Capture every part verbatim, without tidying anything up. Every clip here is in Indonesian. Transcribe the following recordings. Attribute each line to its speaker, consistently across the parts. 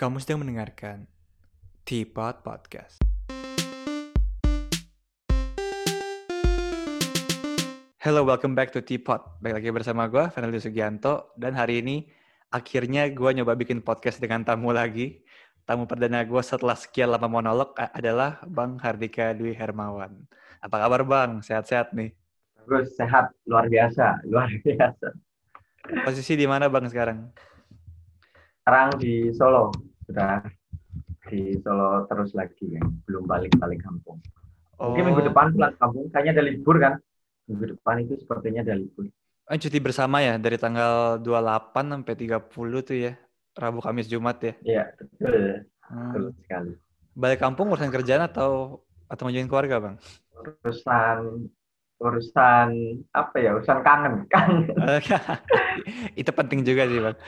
Speaker 1: Kamu sedang mendengarkan Teapot Podcast. Hello, welcome back to Teapot. Baik lagi bersama gue, Fernando Sugianto. Dan hari ini akhirnya gue nyoba bikin podcast dengan tamu lagi. Tamu perdana gue setelah sekian lama monolog adalah Bang Hardika Dwi Hermawan. Apa kabar Bang? Sehat-sehat nih?
Speaker 2: Terus sehat, luar biasa, luar biasa.
Speaker 1: Posisi di mana Bang sekarang?
Speaker 2: Sekarang di Solo, sudah di Solo terus lagi, ya. Belum balik-balik kampung. Mungkin minggu
Speaker 1: Oh,
Speaker 2: depan pulang kampung, kayaknya ada libur kan? Minggu depan itu sepertinya ada libur.
Speaker 1: oh cuti bersama ya dari tanggal dua puluh delapan sampai tiga puluh tuh ya. Rabu, Kamis, Jumat ya.
Speaker 2: Iya, betul, betul
Speaker 1: Hmm.
Speaker 2: sekali.
Speaker 1: Balik kampung urusan kerjaan atau atau ngunjungin keluarga Bang?
Speaker 2: Urusan, urusan apa ya? Urusan kangen, kangen.
Speaker 1: Itu penting juga sih Bang.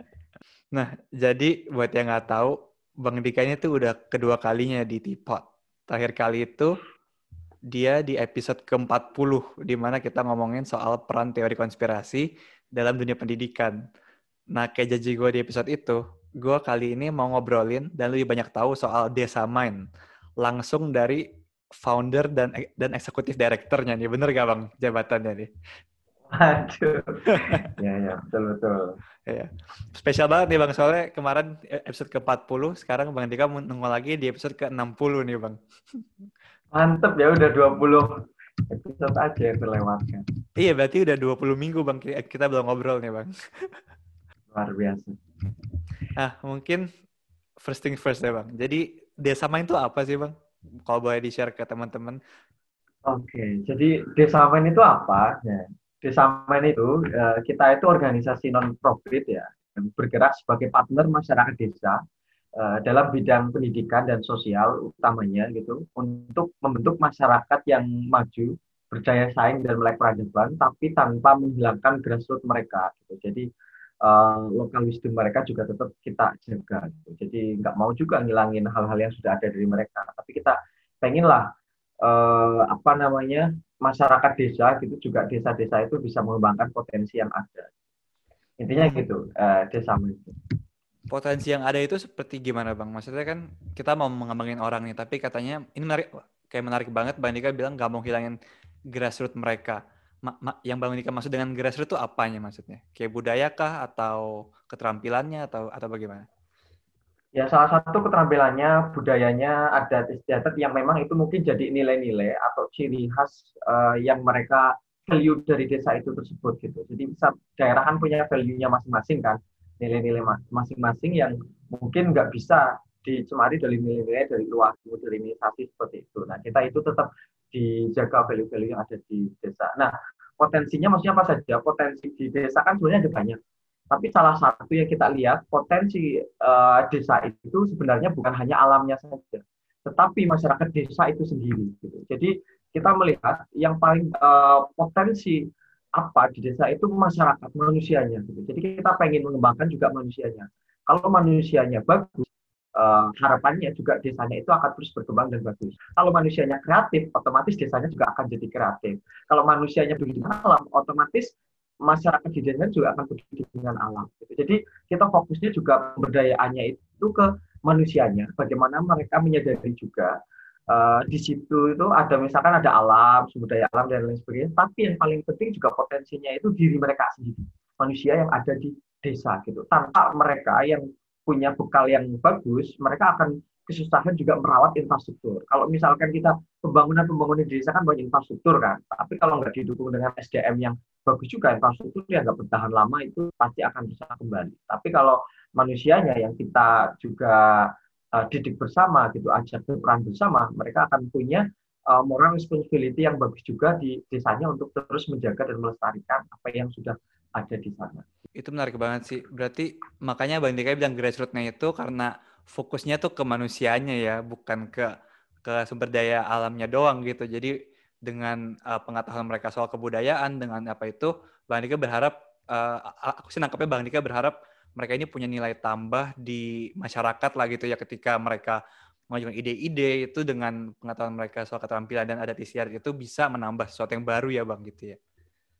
Speaker 1: Nah, jadi buat yang nggak tahu, Bang Dika ini tuh udah kedua kalinya di Teapot. Terakhir kali itu dia di episode ke empat puluh, di mana kita ngomongin soal peran teori konspirasi dalam dunia pendidikan. Nah, kayak janji gue di episode itu, gue kali ini mau ngobrolin dan lebih banyak tahu soal Desa Mind. Langsung dari founder dan dan eksekutif direkturnya nih. Bener gak Bang jabatannya nih?
Speaker 2: Aduh, ya ya, betul betul.
Speaker 1: Ya. Spesial banget nih Bang, soalnya kemarin episode ke empat puluh, sekarang Bang Dika mau nongol lagi di episode ke enam puluh nih Bang.
Speaker 2: Mantep ya, udah dua puluh episode aja yang terlewatkan.
Speaker 1: Iya, berarti udah dua puluh minggu Bang, kita belum ngobrol nih Bang.
Speaker 2: Luar biasa.
Speaker 1: Nah, mungkin first thing first ya Bang. Jadi, Desa Main itu apa sih Bang? Kalau boleh di-share ke teman-teman.
Speaker 2: Oke, jadi Desa Men itu apa? Ya, Desa Men itu eh, kita itu organisasi non profit ya, yang bergerak sebagai partner masyarakat desa eh, dalam bidang pendidikan dan sosial utamanya gitu, untuk membentuk masyarakat yang maju, berdaya saing dan melek peradaban, tapi tanpa menghilangkan grassroots mereka. Gitu. Jadi eh, lokal wisdom mereka juga tetap kita jaga. Gitu. Jadi nggak mau juga ngilangin hal-hal yang sudah ada dari mereka, tapi kita pengenlah eh, apa namanya masyarakat desa gitu juga desa-desa itu bisa mengembangkan potensi yang ada. Intinya
Speaker 1: Hmm,
Speaker 2: gitu, eh, desa itu.
Speaker 1: potensi yang ada itu seperti gimana Bang? Maksudnya kan kita mau mengembangin orang nih, tapi katanya ini menarik, kayak menarik banget Bang Dika bilang nggak mau hilangin grassroots mereka. Ma- ma- yang Bang Dika maksud dengan grassroots itu apanya maksudnya? Kayak budaya kah atau keterampilannya atau atau bagaimana?
Speaker 2: Ya salah satu keterampilannya, budayanya, adat istiadat yang memang itu mungkin jadi nilai-nilai atau ciri khas eh, yang mereka value dari desa itu tersebut gitu. Jadi bisa daerah kan punya value-nya masing-masing kan, nilai-nilai masing-masing yang mungkin nggak bisa dicemari dari nilai-nilai dari luar modernisasi seperti itu. Nah kita itu tetap dijaga value-value yang ada di desa. Nah potensinya maksudnya apa saja? Potensi di desa kan sebenarnya ada banyak. Tapi salah satu yang kita lihat potensi uh, desa itu sebenarnya bukan hanya alamnya saja, tetapi masyarakat desa itu sendiri. Gitu. Jadi kita melihat yang paling uh, potensi apa di desa itu masyarakat manusianya. Gitu. Jadi kita pengen mengembangkan juga manusianya. Kalau manusianya bagus, uh, harapannya juga desanya itu akan terus berkembang dan bagus. Kalau manusianya kreatif, otomatis desanya juga akan jadi kreatif. Kalau manusianya begitu alam, otomatis masyarakat di desa juga akan peduli dengan alam. Jadi kita fokusnya juga pemberdayaannya itu ke manusianya, bagaimana mereka menyadari juga uh, di situ itu ada misalkan ada alam, sumber daya alam dan lain sebagainya. Tapi yang paling penting juga potensinya itu diri mereka sendiri, manusia yang ada di desa gitu. Tanpa mereka yang punya bekal yang bagus, mereka akan kesusahan juga merawat infrastruktur. Kalau misalkan kita pembangunan-pembangunan di desa kan banyak infrastruktur kan, tapi kalau nggak didukung dengan S D M yang bagus juga, infrastruktur yang nggak bertahan lama itu pasti akan bisa kembali. Tapi kalau manusianya yang kita juga uh, didik bersama gitu, ajak berperan bersama, mereka akan punya uh, moral responsibility yang bagus juga di desanya untuk terus menjaga dan melestarikan apa yang sudah ada di sana.
Speaker 1: Itu menarik banget sih. Berarti makanya Bang Dika bilang grassroots-nya itu karena fokusnya tuh ke manusianya ya, bukan ke ke sumber daya alamnya doang gitu. Jadi dengan uh, pengetahuan mereka soal kebudayaan, dengan apa itu, Bang Dika berharap, uh, aku sih nangkepnya Bang Dika berharap mereka ini punya nilai tambah di masyarakat lah gitu ya, ketika mereka mengajukan ide-ide itu dengan pengetahuan mereka soal keterampilan dan adat istiadat itu bisa menambah sesuatu yang baru ya Bang gitu ya.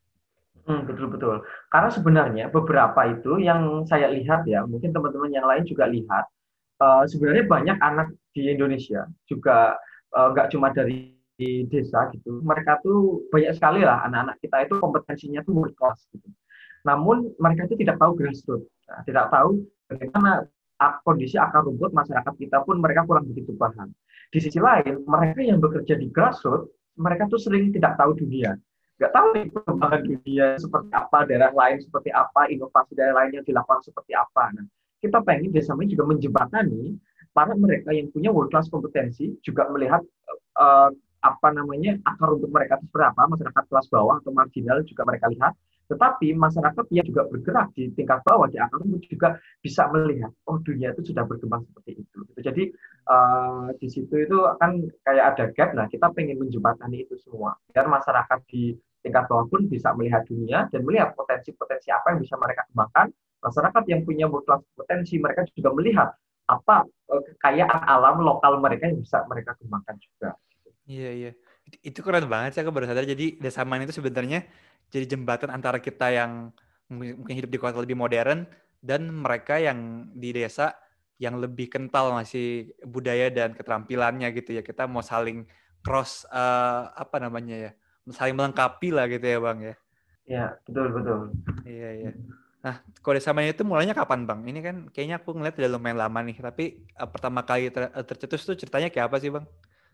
Speaker 2: Hmm, betul-betul. Karena sebenarnya beberapa itu yang saya lihat ya, mungkin teman-teman yang lain juga lihat, uh, sebenarnya banyak anak di Indonesia juga uh, nggak cuma dari desa gitu. Mereka tuh banyak sekali lah anak-anak kita itu kompetensinya tuh world class gitu. Namun mereka itu tidak tahu grassroots, nah, tidak tahu bagaimana kondisi akar rumput masyarakat kita pun mereka kurang begitu paham. Di sisi lain, mereka yang bekerja di grassroots, mereka tuh sering tidak tahu dunia. Nggak tahu nih perkembangan dunia seperti apa, daerah lain seperti apa, inovasi daerah lain yang dilakukan seperti apa. Nah, kita pengen desa ini juga menjembatani para mereka yang punya world class kompetensi juga melihat uh, apa namanya akar untuk mereka itu berapa, masyarakat kelas bawah atau marginal juga mereka lihat, tetapi masyarakat yang juga bergerak di tingkat bawah di akar rumput juga bisa melihat oh dunia itu sudah berkembang seperti itu. Jadi uh, di situ itu kan kayak ada gap. Nah, kita pengen menjembatani itu semua biar masyarakat di tingkat bawah pun bisa melihat dunia dan melihat potensi-potensi apa yang bisa mereka kembangkan. Masyarakat yang punya mutlak potensi mereka juga melihat apa uh, kekayaan alam lokal mereka yang bisa mereka kembangkan juga.
Speaker 1: Iya, iya. Itu keren banget sih, aku baru sadar. Jadi Desa Main itu sebenarnya jadi jembatan antara kita yang mungkin hidup di kota lebih modern dan mereka yang di desa yang lebih kental masih budaya dan keterampilannya gitu ya. Kita mau saling cross, uh, apa namanya ya, saling melengkapi lah gitu ya Bang ya.
Speaker 2: Ya, betul, betul.
Speaker 1: Iya, iya. Nah, kalau Desa Main itu mulainya kapan Bang? Ini kan kayaknya aku ngeliat udah lumayan lama nih. Tapi uh, pertama kali ter- tercetus tuh ceritanya kayak apa sih Bang?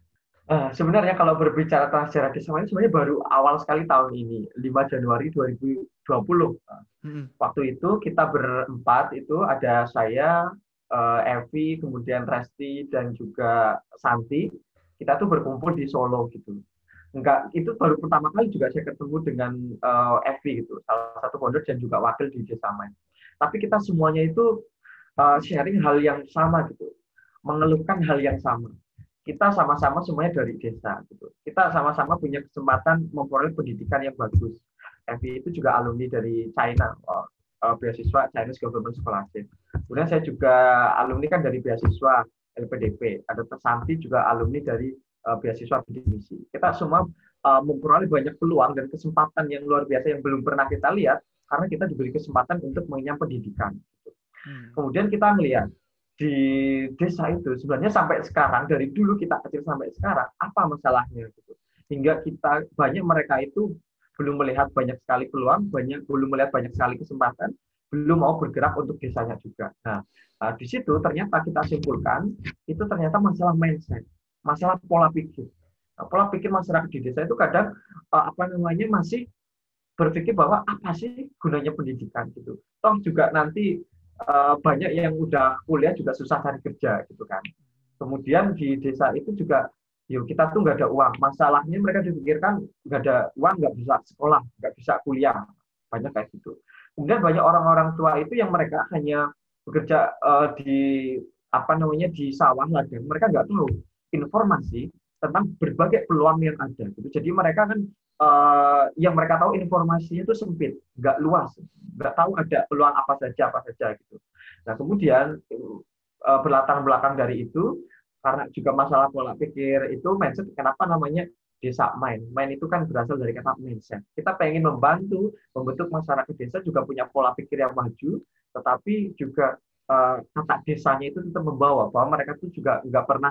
Speaker 2: Uh, sebenarnya kalau berbicara tentang sejarah desa ini sebenarnya baru awal sekali tahun ini, lima Januari dua ribu dua puluh.
Speaker 1: Hmm.
Speaker 2: Waktu itu kita berempat, itu ada saya, uh, Evi, kemudian Resti, dan juga Santi. Kita tuh berkumpul di Solo gitu. Enggak, itu baru pertama kali juga saya ketemu dengan uh, Evi gitu, salah satu founder dan juga wakil di Desa Main. Tapi kita semuanya itu uh, sharing hal yang sama gitu, mengeluhkan hal yang sama. Kita sama-sama semuanya dari desa gitu. Kita sama-sama punya kesempatan memperoleh pendidikan yang bagus. Evi itu juga alumni dari China, uh, uh, beasiswa Chinese Government Scholarship. Kemudian saya juga alumni kan dari beasiswa L P D P. Ada Santi juga alumni dari uh, beasiswa bidik misi. Kita semua uh, memperoleh banyak peluang dan kesempatan yang luar biasa yang belum pernah kita lihat karena kita diberi kesempatan untuk mengenyam pendidikan. Hmm. Kemudian kita melihat di desa itu sebenarnya sampai sekarang, dari dulu kita kecil sampai sekarang, apa masalahnya gitu. Hingga kita banyak mereka itu belum melihat banyak sekali peluang, banyak belum melihat banyak sekali kesempatan, belum mau bergerak untuk desanya juga. Nah, di situ ternyata kita simpulkan itu ternyata masalah mindset, masalah pola pikir. Nah, pola pikir masyarakat di desa itu kadang apa namanya masih berpikir bahwa apa sih gunanya pendidikan gitu. Toh juga nanti Uh, banyak yang udah kuliah juga susah cari kerja gitu kan. Kemudian di desa itu juga, yuk kita tuh nggak ada uang. Masalahnya mereka dipikirkan nggak ada uang, nggak bisa sekolah, nggak bisa kuliah, banyak kayak gitu. Kemudian banyak orang-orang tua itu yang mereka hanya bekerja uh, di apa namanya di sawah ladang, mereka nggak tahu informasi tentang berbagai peluang yang ada. Gitu. Jadi mereka kan uh, yang mereka tahu informasinya itu sempit, nggak luas. Nggak tahu ada peluang apa saja apa saja gitu. Nah kemudian uh, berlatar belakang dari itu karena juga masalah pola pikir itu mindset, kenapa namanya Desa Main. Main itu kan berasal dari kata mindset. Kita pengen membantu membentuk masyarakat desa juga punya pola pikir yang maju, tetapi juga uh, kata desanya itu tetap membawa bahwa mereka itu juga nggak pernah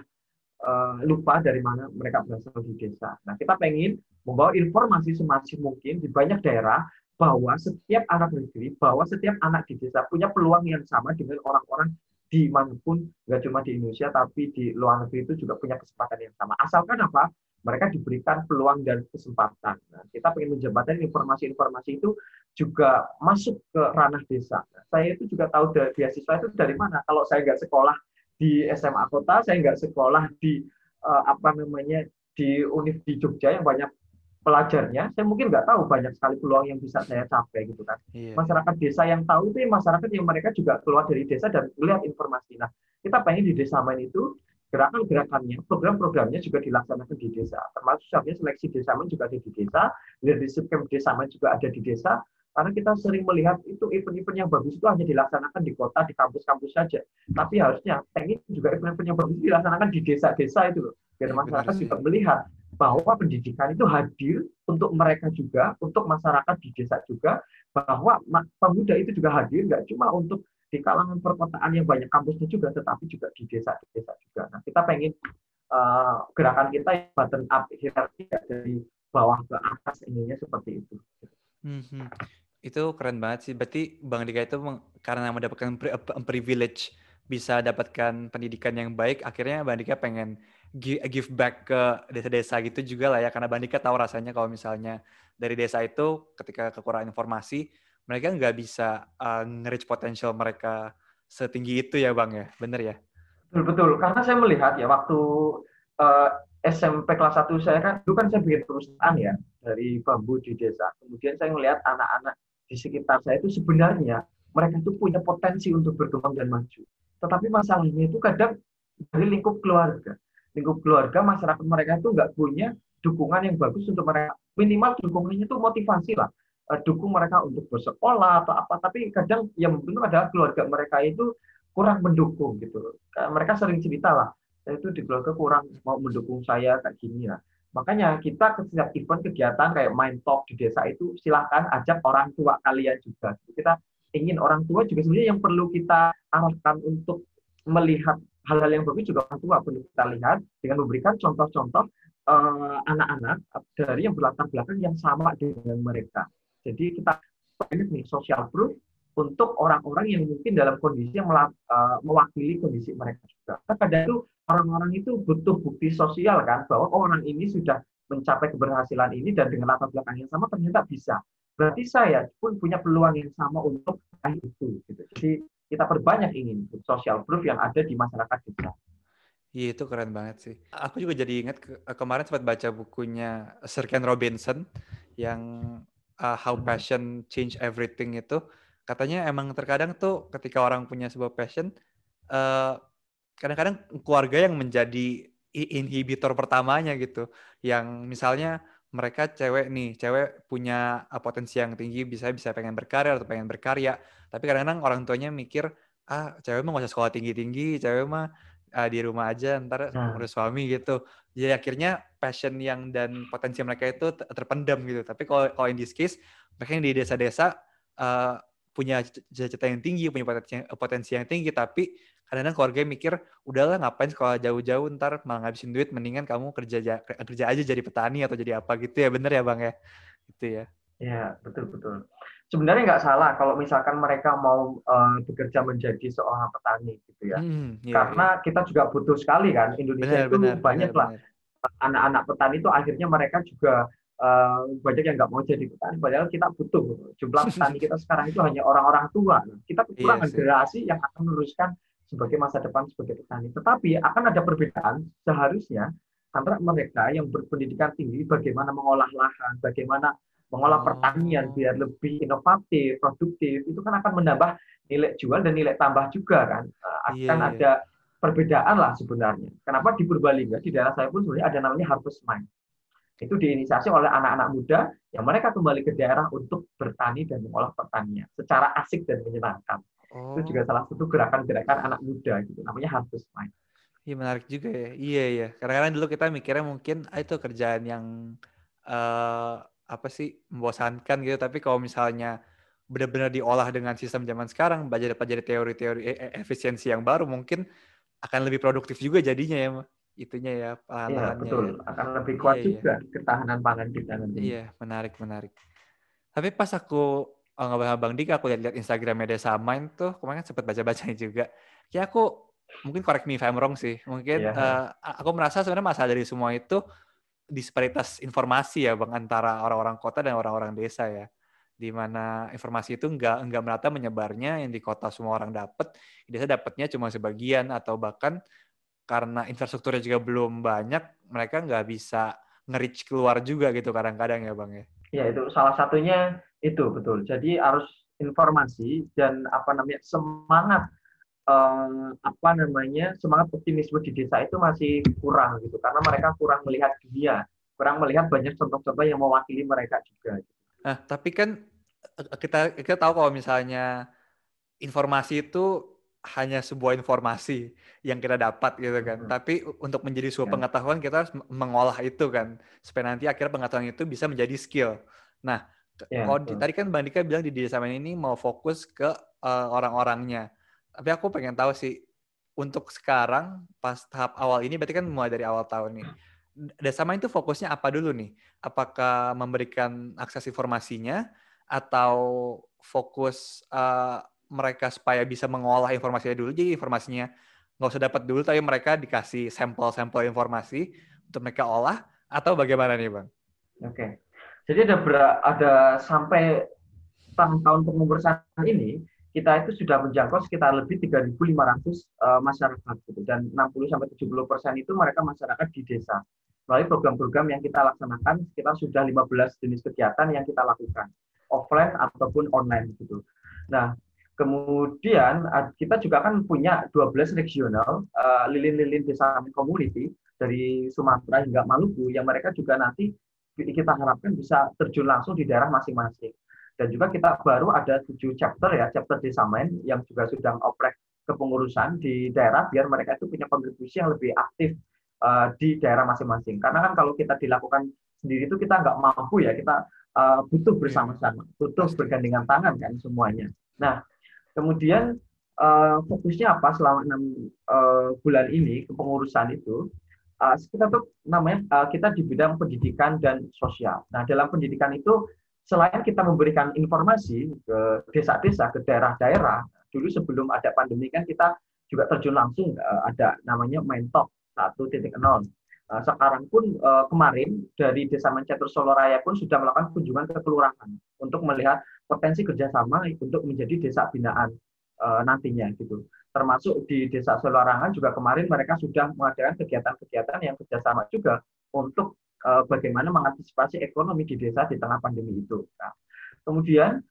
Speaker 2: uh, lupa dari mana mereka berasal di desa. Nah kita pengen membawa informasi semaksimal mungkin di banyak daerah bahwa setiap anak negeri, bahwa setiap anak di desa punya peluang yang sama dengan orang-orang dimanapun, nggak cuma di Indonesia, tapi di luar negeri itu juga punya kesempatan yang sama. Asalkan apa? Mereka diberikan peluang dan kesempatan. Nah, kita ingin menjembatkan informasi-informasi itu juga masuk ke ranah desa. Nah, saya itu juga tahu dari beasiswa itu dari mana. Kalau saya nggak sekolah di S M A kota, saya nggak sekolah di uh, apa namanya di Univ di Jogja yang banyak pelajarnya, saya mungkin nggak tahu banyak sekali peluang yang bisa saya capai gitu kan. Iya, masyarakat iya. Desa yang tahu itu masyarakat yang mereka juga keluar dari desa dan melihat informasi. Nah, kita pengen di Desa Main itu gerakan-gerakannya, program-programnya juga dilaksanakan di desa. Termasuk sebenarnya seleksi Desa Main juga ada di desa, leadership camp Desa Main juga ada di desa. Karena kita sering melihat itu event-event yang bagus itu hanya dilaksanakan di kota, di kampus-kampus saja. Tapi harusnya pengen juga event-event yang bagus dilaksanakan di desa-desa itu loh. Biar ya, masyarakat juga melihat bahwa pendidikan itu hadir untuk mereka juga, untuk masyarakat di desa juga, bahwa pemuda itu juga hadir, nggak cuma untuk di kalangan perkotaan yang banyak kampusnya juga, tetapi juga di desa-desa juga. Nah, kita pengen uh, gerakan kita yang bottom up, hierarki dari bawah ke atas, ininya seperti itu.
Speaker 1: Hmm, itu keren banget sih. Berarti Bang Dika itu meng, karena mendapatkan pri, privilege bisa dapatkan pendidikan yang baik, akhirnya Bang Dika pengen give, give back ke desa-desa gitu juga lah ya. Karena Bang Dika tahu rasanya kalau misalnya dari desa itu ketika kekurangan informasi, mereka nggak bisa uh, nge-reach potential mereka setinggi itu ya Bang ya. Bener ya?
Speaker 2: Betul-betul. Karena saya melihat ya waktu uh, S M P kelas satu saya kan, dulu kan saya bikin perusahaan ya dari bambu di desa. Kemudian saya melihat anak-anak di sekitar saya itu sebenarnya mereka itu punya potensi untuk berkembang dan maju. Tetapi masalahnya itu kadang dari lingkup keluarga. Lingkup keluarga, masyarakat mereka itu nggak punya dukungan yang bagus untuk mereka. Minimal dukungannya itu motivasi lah. Uh, dukung mereka untuk bersekolah atau apa. Tapi kadang yang mungkin adalah keluarga mereka itu kurang mendukung gitu. Mereka sering cerita lah, saya itu di keluarga kurang mau mendukung saya kayak gini ya. Makanya kita setiap event kegiatan kayak main talk di desa itu silahkan ajak orang tua kalian juga. Kita ingin orang tua juga sebenarnya yang perlu kita arahkan untuk melihat hal-hal yang bagus juga orang tua perlu kita lihat dengan memberikan contoh-contoh uh, anak-anak dari yang berlatar belakang yang sama dengan mereka. Jadi kita ini nih social proof untuk orang-orang yang mungkin dalam kondisi yang melak, uh, mewakili kondisi mereka juga. Kadang itu orang-orang itu butuh bukti sosial kan, bahwa oh, orang ini sudah mencapai keberhasilan ini dan dengan latar belakang yang sama ternyata bisa. Berarti saya pun punya peluang yang sama untuk itu. Gitu. Jadi kita perbanyak ingin social proof yang ada di masyarakat kita.
Speaker 1: Iya itu keren banget sih. Aku juga jadi ingat ke- kemarin sempat baca bukunya Sir Ken Robinson yang uh, How Passion Change Everything itu. Katanya emang terkadang tuh ketika orang punya sebuah passion, uh, kadang-kadang keluarga yang menjadi inhibitor pertamanya gitu. Yang misalnya mereka cewek nih, cewek punya uh, potensi yang tinggi, bisa bisa pengen berkarya atau pengen berkarya. Tapi kadang-kadang orang tuanya mikir, ah cewek mah gak usah sekolah tinggi-tinggi, cewek mah uh, di rumah aja ntar
Speaker 2: Nah,
Speaker 1: ngurus suami gitu. Jadi akhirnya passion yang dan potensi mereka itu terpendam gitu. Tapi kalau kalau in this case mereka yang di desa-desa uh, punya cita-cita yang tinggi, punya potensi, potensi yang tinggi, tapi kadang-kadang keluarga mikir udahlah ngapain sekolah jauh-jauh ntar malah ngabisin duit, mendingan kamu kerja kerja aja jadi petani atau jadi apa gitu ya. Bener ya Bang ya? Gitu ya.
Speaker 2: ya betul-betul. Sebenarnya nggak salah kalau misalkan mereka mau uh, bekerja menjadi seorang petani gitu ya.
Speaker 1: Hmm, iya, iya.
Speaker 2: Karena kita juga butuh sekali kan, Indonesia
Speaker 1: Benar,
Speaker 2: itu
Speaker 1: benar, benar,
Speaker 2: banyak lah
Speaker 1: benar.
Speaker 2: anak-anak petani itu akhirnya mereka juga uh, banyak yang nggak mau jadi petani. Padahal kita butuh jumlah petani kita sekarang itu hanya orang-orang tua. Kita
Speaker 1: Iya
Speaker 2: kekurangan
Speaker 1: sih.
Speaker 2: generasi yang akan meneruskan sebagai masa depan sebagai petani. Tetapi akan ada perbedaan seharusnya antara mereka yang berpendidikan tinggi, bagaimana mengolah lahan, bagaimana mengolah pertanian
Speaker 1: Oh,
Speaker 2: biar lebih inovatif, produktif, itu kan akan menambah nilai jual dan nilai tambah juga kan. Uh,
Speaker 1: iya,
Speaker 2: akan
Speaker 1: iya.
Speaker 2: ada perbedaan lah sebenarnya. Kenapa di Purbalingga, di daerah saya pun sebenarnya ada namanya Harvest Mind. Itu diinisiasi oleh anak-anak muda yang mereka kembali ke daerah untuk bertani dan mengolah pertanian secara asik dan menyenangkan. Itu
Speaker 1: Oh,
Speaker 2: juga salah satu gerakan-gerakan anak muda gitu, namanya Harvest Mind.
Speaker 1: iya menarik juga ya. Iya, iya. Kadang-kadang dulu kita mikirnya mungkin ah, itu kerjaan yang uh, apa sih membosankan gitu. Tapi kalau misalnya benar-benar diolah dengan sistem zaman sekarang, belajar pelajari teori-teori e- e- efisiensi yang baru, mungkin akan lebih produktif juga jadinya ya, itunya ya,
Speaker 2: Iya,
Speaker 1: lahan-lahannya
Speaker 2: betul.
Speaker 1: ya.
Speaker 2: Akan lebih
Speaker 1: Iya,
Speaker 2: kuat
Speaker 1: iya.
Speaker 2: juga ketahanan pangan kita nantinya.
Speaker 1: Iya, menarik, menarik. Tapi pas aku oh, nggak Bang Dik, aku lihat-lihat Instagramnya Desa Mind tuh, kemarin sempat baca-bacanya juga. Ya aku, mungkin correct me if I'm wrong sih. Mungkin
Speaker 2: Iya,
Speaker 1: uh, aku merasa sebenarnya masalah dari semua itu disparitas informasi ya Bang, antara orang-orang kota dan orang-orang desa ya. Di mana informasi itu nggak nggak merata menyebarnya, yang di kota semua orang dapat, di desa dapatnya cuma sebagian, atau bahkan karena infrastrukturnya juga belum banyak, mereka nggak bisa nge-reach keluar juga gitu kadang-kadang ya Bang ya.
Speaker 2: ya itu salah satunya itu betul. Jadi harus informasi dan apa namanya semangat eh, apa namanya semangat optimisme di desa itu masih kurang gitu karena mereka kurang melihat dunia, kurang melihat banyak contoh-contoh yang mewakili mereka juga.
Speaker 1: Nah, tapi kan eh, kita kita tahu kalau misalnya informasi itu hanya sebuah informasi yang kita dapat gitu kan.
Speaker 2: Hmm,
Speaker 1: Tapi untuk menjadi sebuah
Speaker 2: ya,
Speaker 1: pengetahuan kita harus mengolah itu kan, supaya nanti akhirnya pengetahuan itu bisa menjadi skill. Nah,
Speaker 2: ya,
Speaker 1: kalau di,
Speaker 2: betul.
Speaker 1: tadi kan Bang Dika bilang di desa ini mau fokus ke uh, orang-orangnya. Tapi aku pengen tahu sih, untuk sekarang pas tahap awal ini, berarti kan mulai dari awal tahun nih. Desamain itu fokusnya apa dulu nih? Apakah memberikan akses informasinya atau fokus uh, mereka supaya bisa mengolah informasinya dulu? Jadi informasinya nggak usah dapat dulu, tapi mereka dikasih sampel-sampel informasi untuk mereka olah, atau bagaimana nih, Bang?
Speaker 2: Oke. Jadi ada ber- ada sampai tahun-tahun pengurusan ini kita itu sudah menjangkau sekitar lebih tiga ribu lima ratus uh, masyarakat gitu, dan enam puluh sampai tujuh puluh persen itu mereka masyarakat di desa. Melalui program-program yang kita laksanakan, kita sudah lima belas jenis kegiatan yang kita lakukan, offline ataupun online gitu. Nah, kemudian kita juga kan punya dua belas regional uh, lilin-lilin desa community dari Sumatera hingga Maluku yang mereka juga nanti kita harapkan bisa terjun langsung di daerah masing-masing. Dan juga kita baru ada tujuh chapter ya, chapter Desamen yang juga sudah oprek kepengurusan di daerah biar mereka itu punya kontribusi yang lebih aktif uh, di daerah masing-masing. Karena kan kalau kita dilakukan sendiri itu kita nggak mampu ya, kita uh, butuh bersama-sama, butuh bergandengan tangan kan semuanya. Nah, kemudian uh, fokusnya apa selama enam uh, bulan ini kepengurusan itu? Uh, kita tuh namanya uh, kita di bidang pendidikan dan sosial. Nah, dalam pendidikan itu selain kita memberikan informasi ke desa-desa, ke daerah-daerah, dulu sebelum ada pandemi kan kita juga terjun langsung uh, ada namanya Mentok satu titik nol. Uh, sekarang pun uh, kemarin dari Desa Mencetur Soloraya pun sudah melakukan kunjungan ke kelurahan untuk melihat potensi kerjasama untuk menjadi desa binaan uh, nantinya gitu. Termasuk di Desa Solorangan juga kemarin mereka sudah mengadakan kegiatan-kegiatan yang kerjasama juga untuk uh, bagaimana mengantisipasi ekonomi di desa di tengah pandemi itu. Nah, kemudian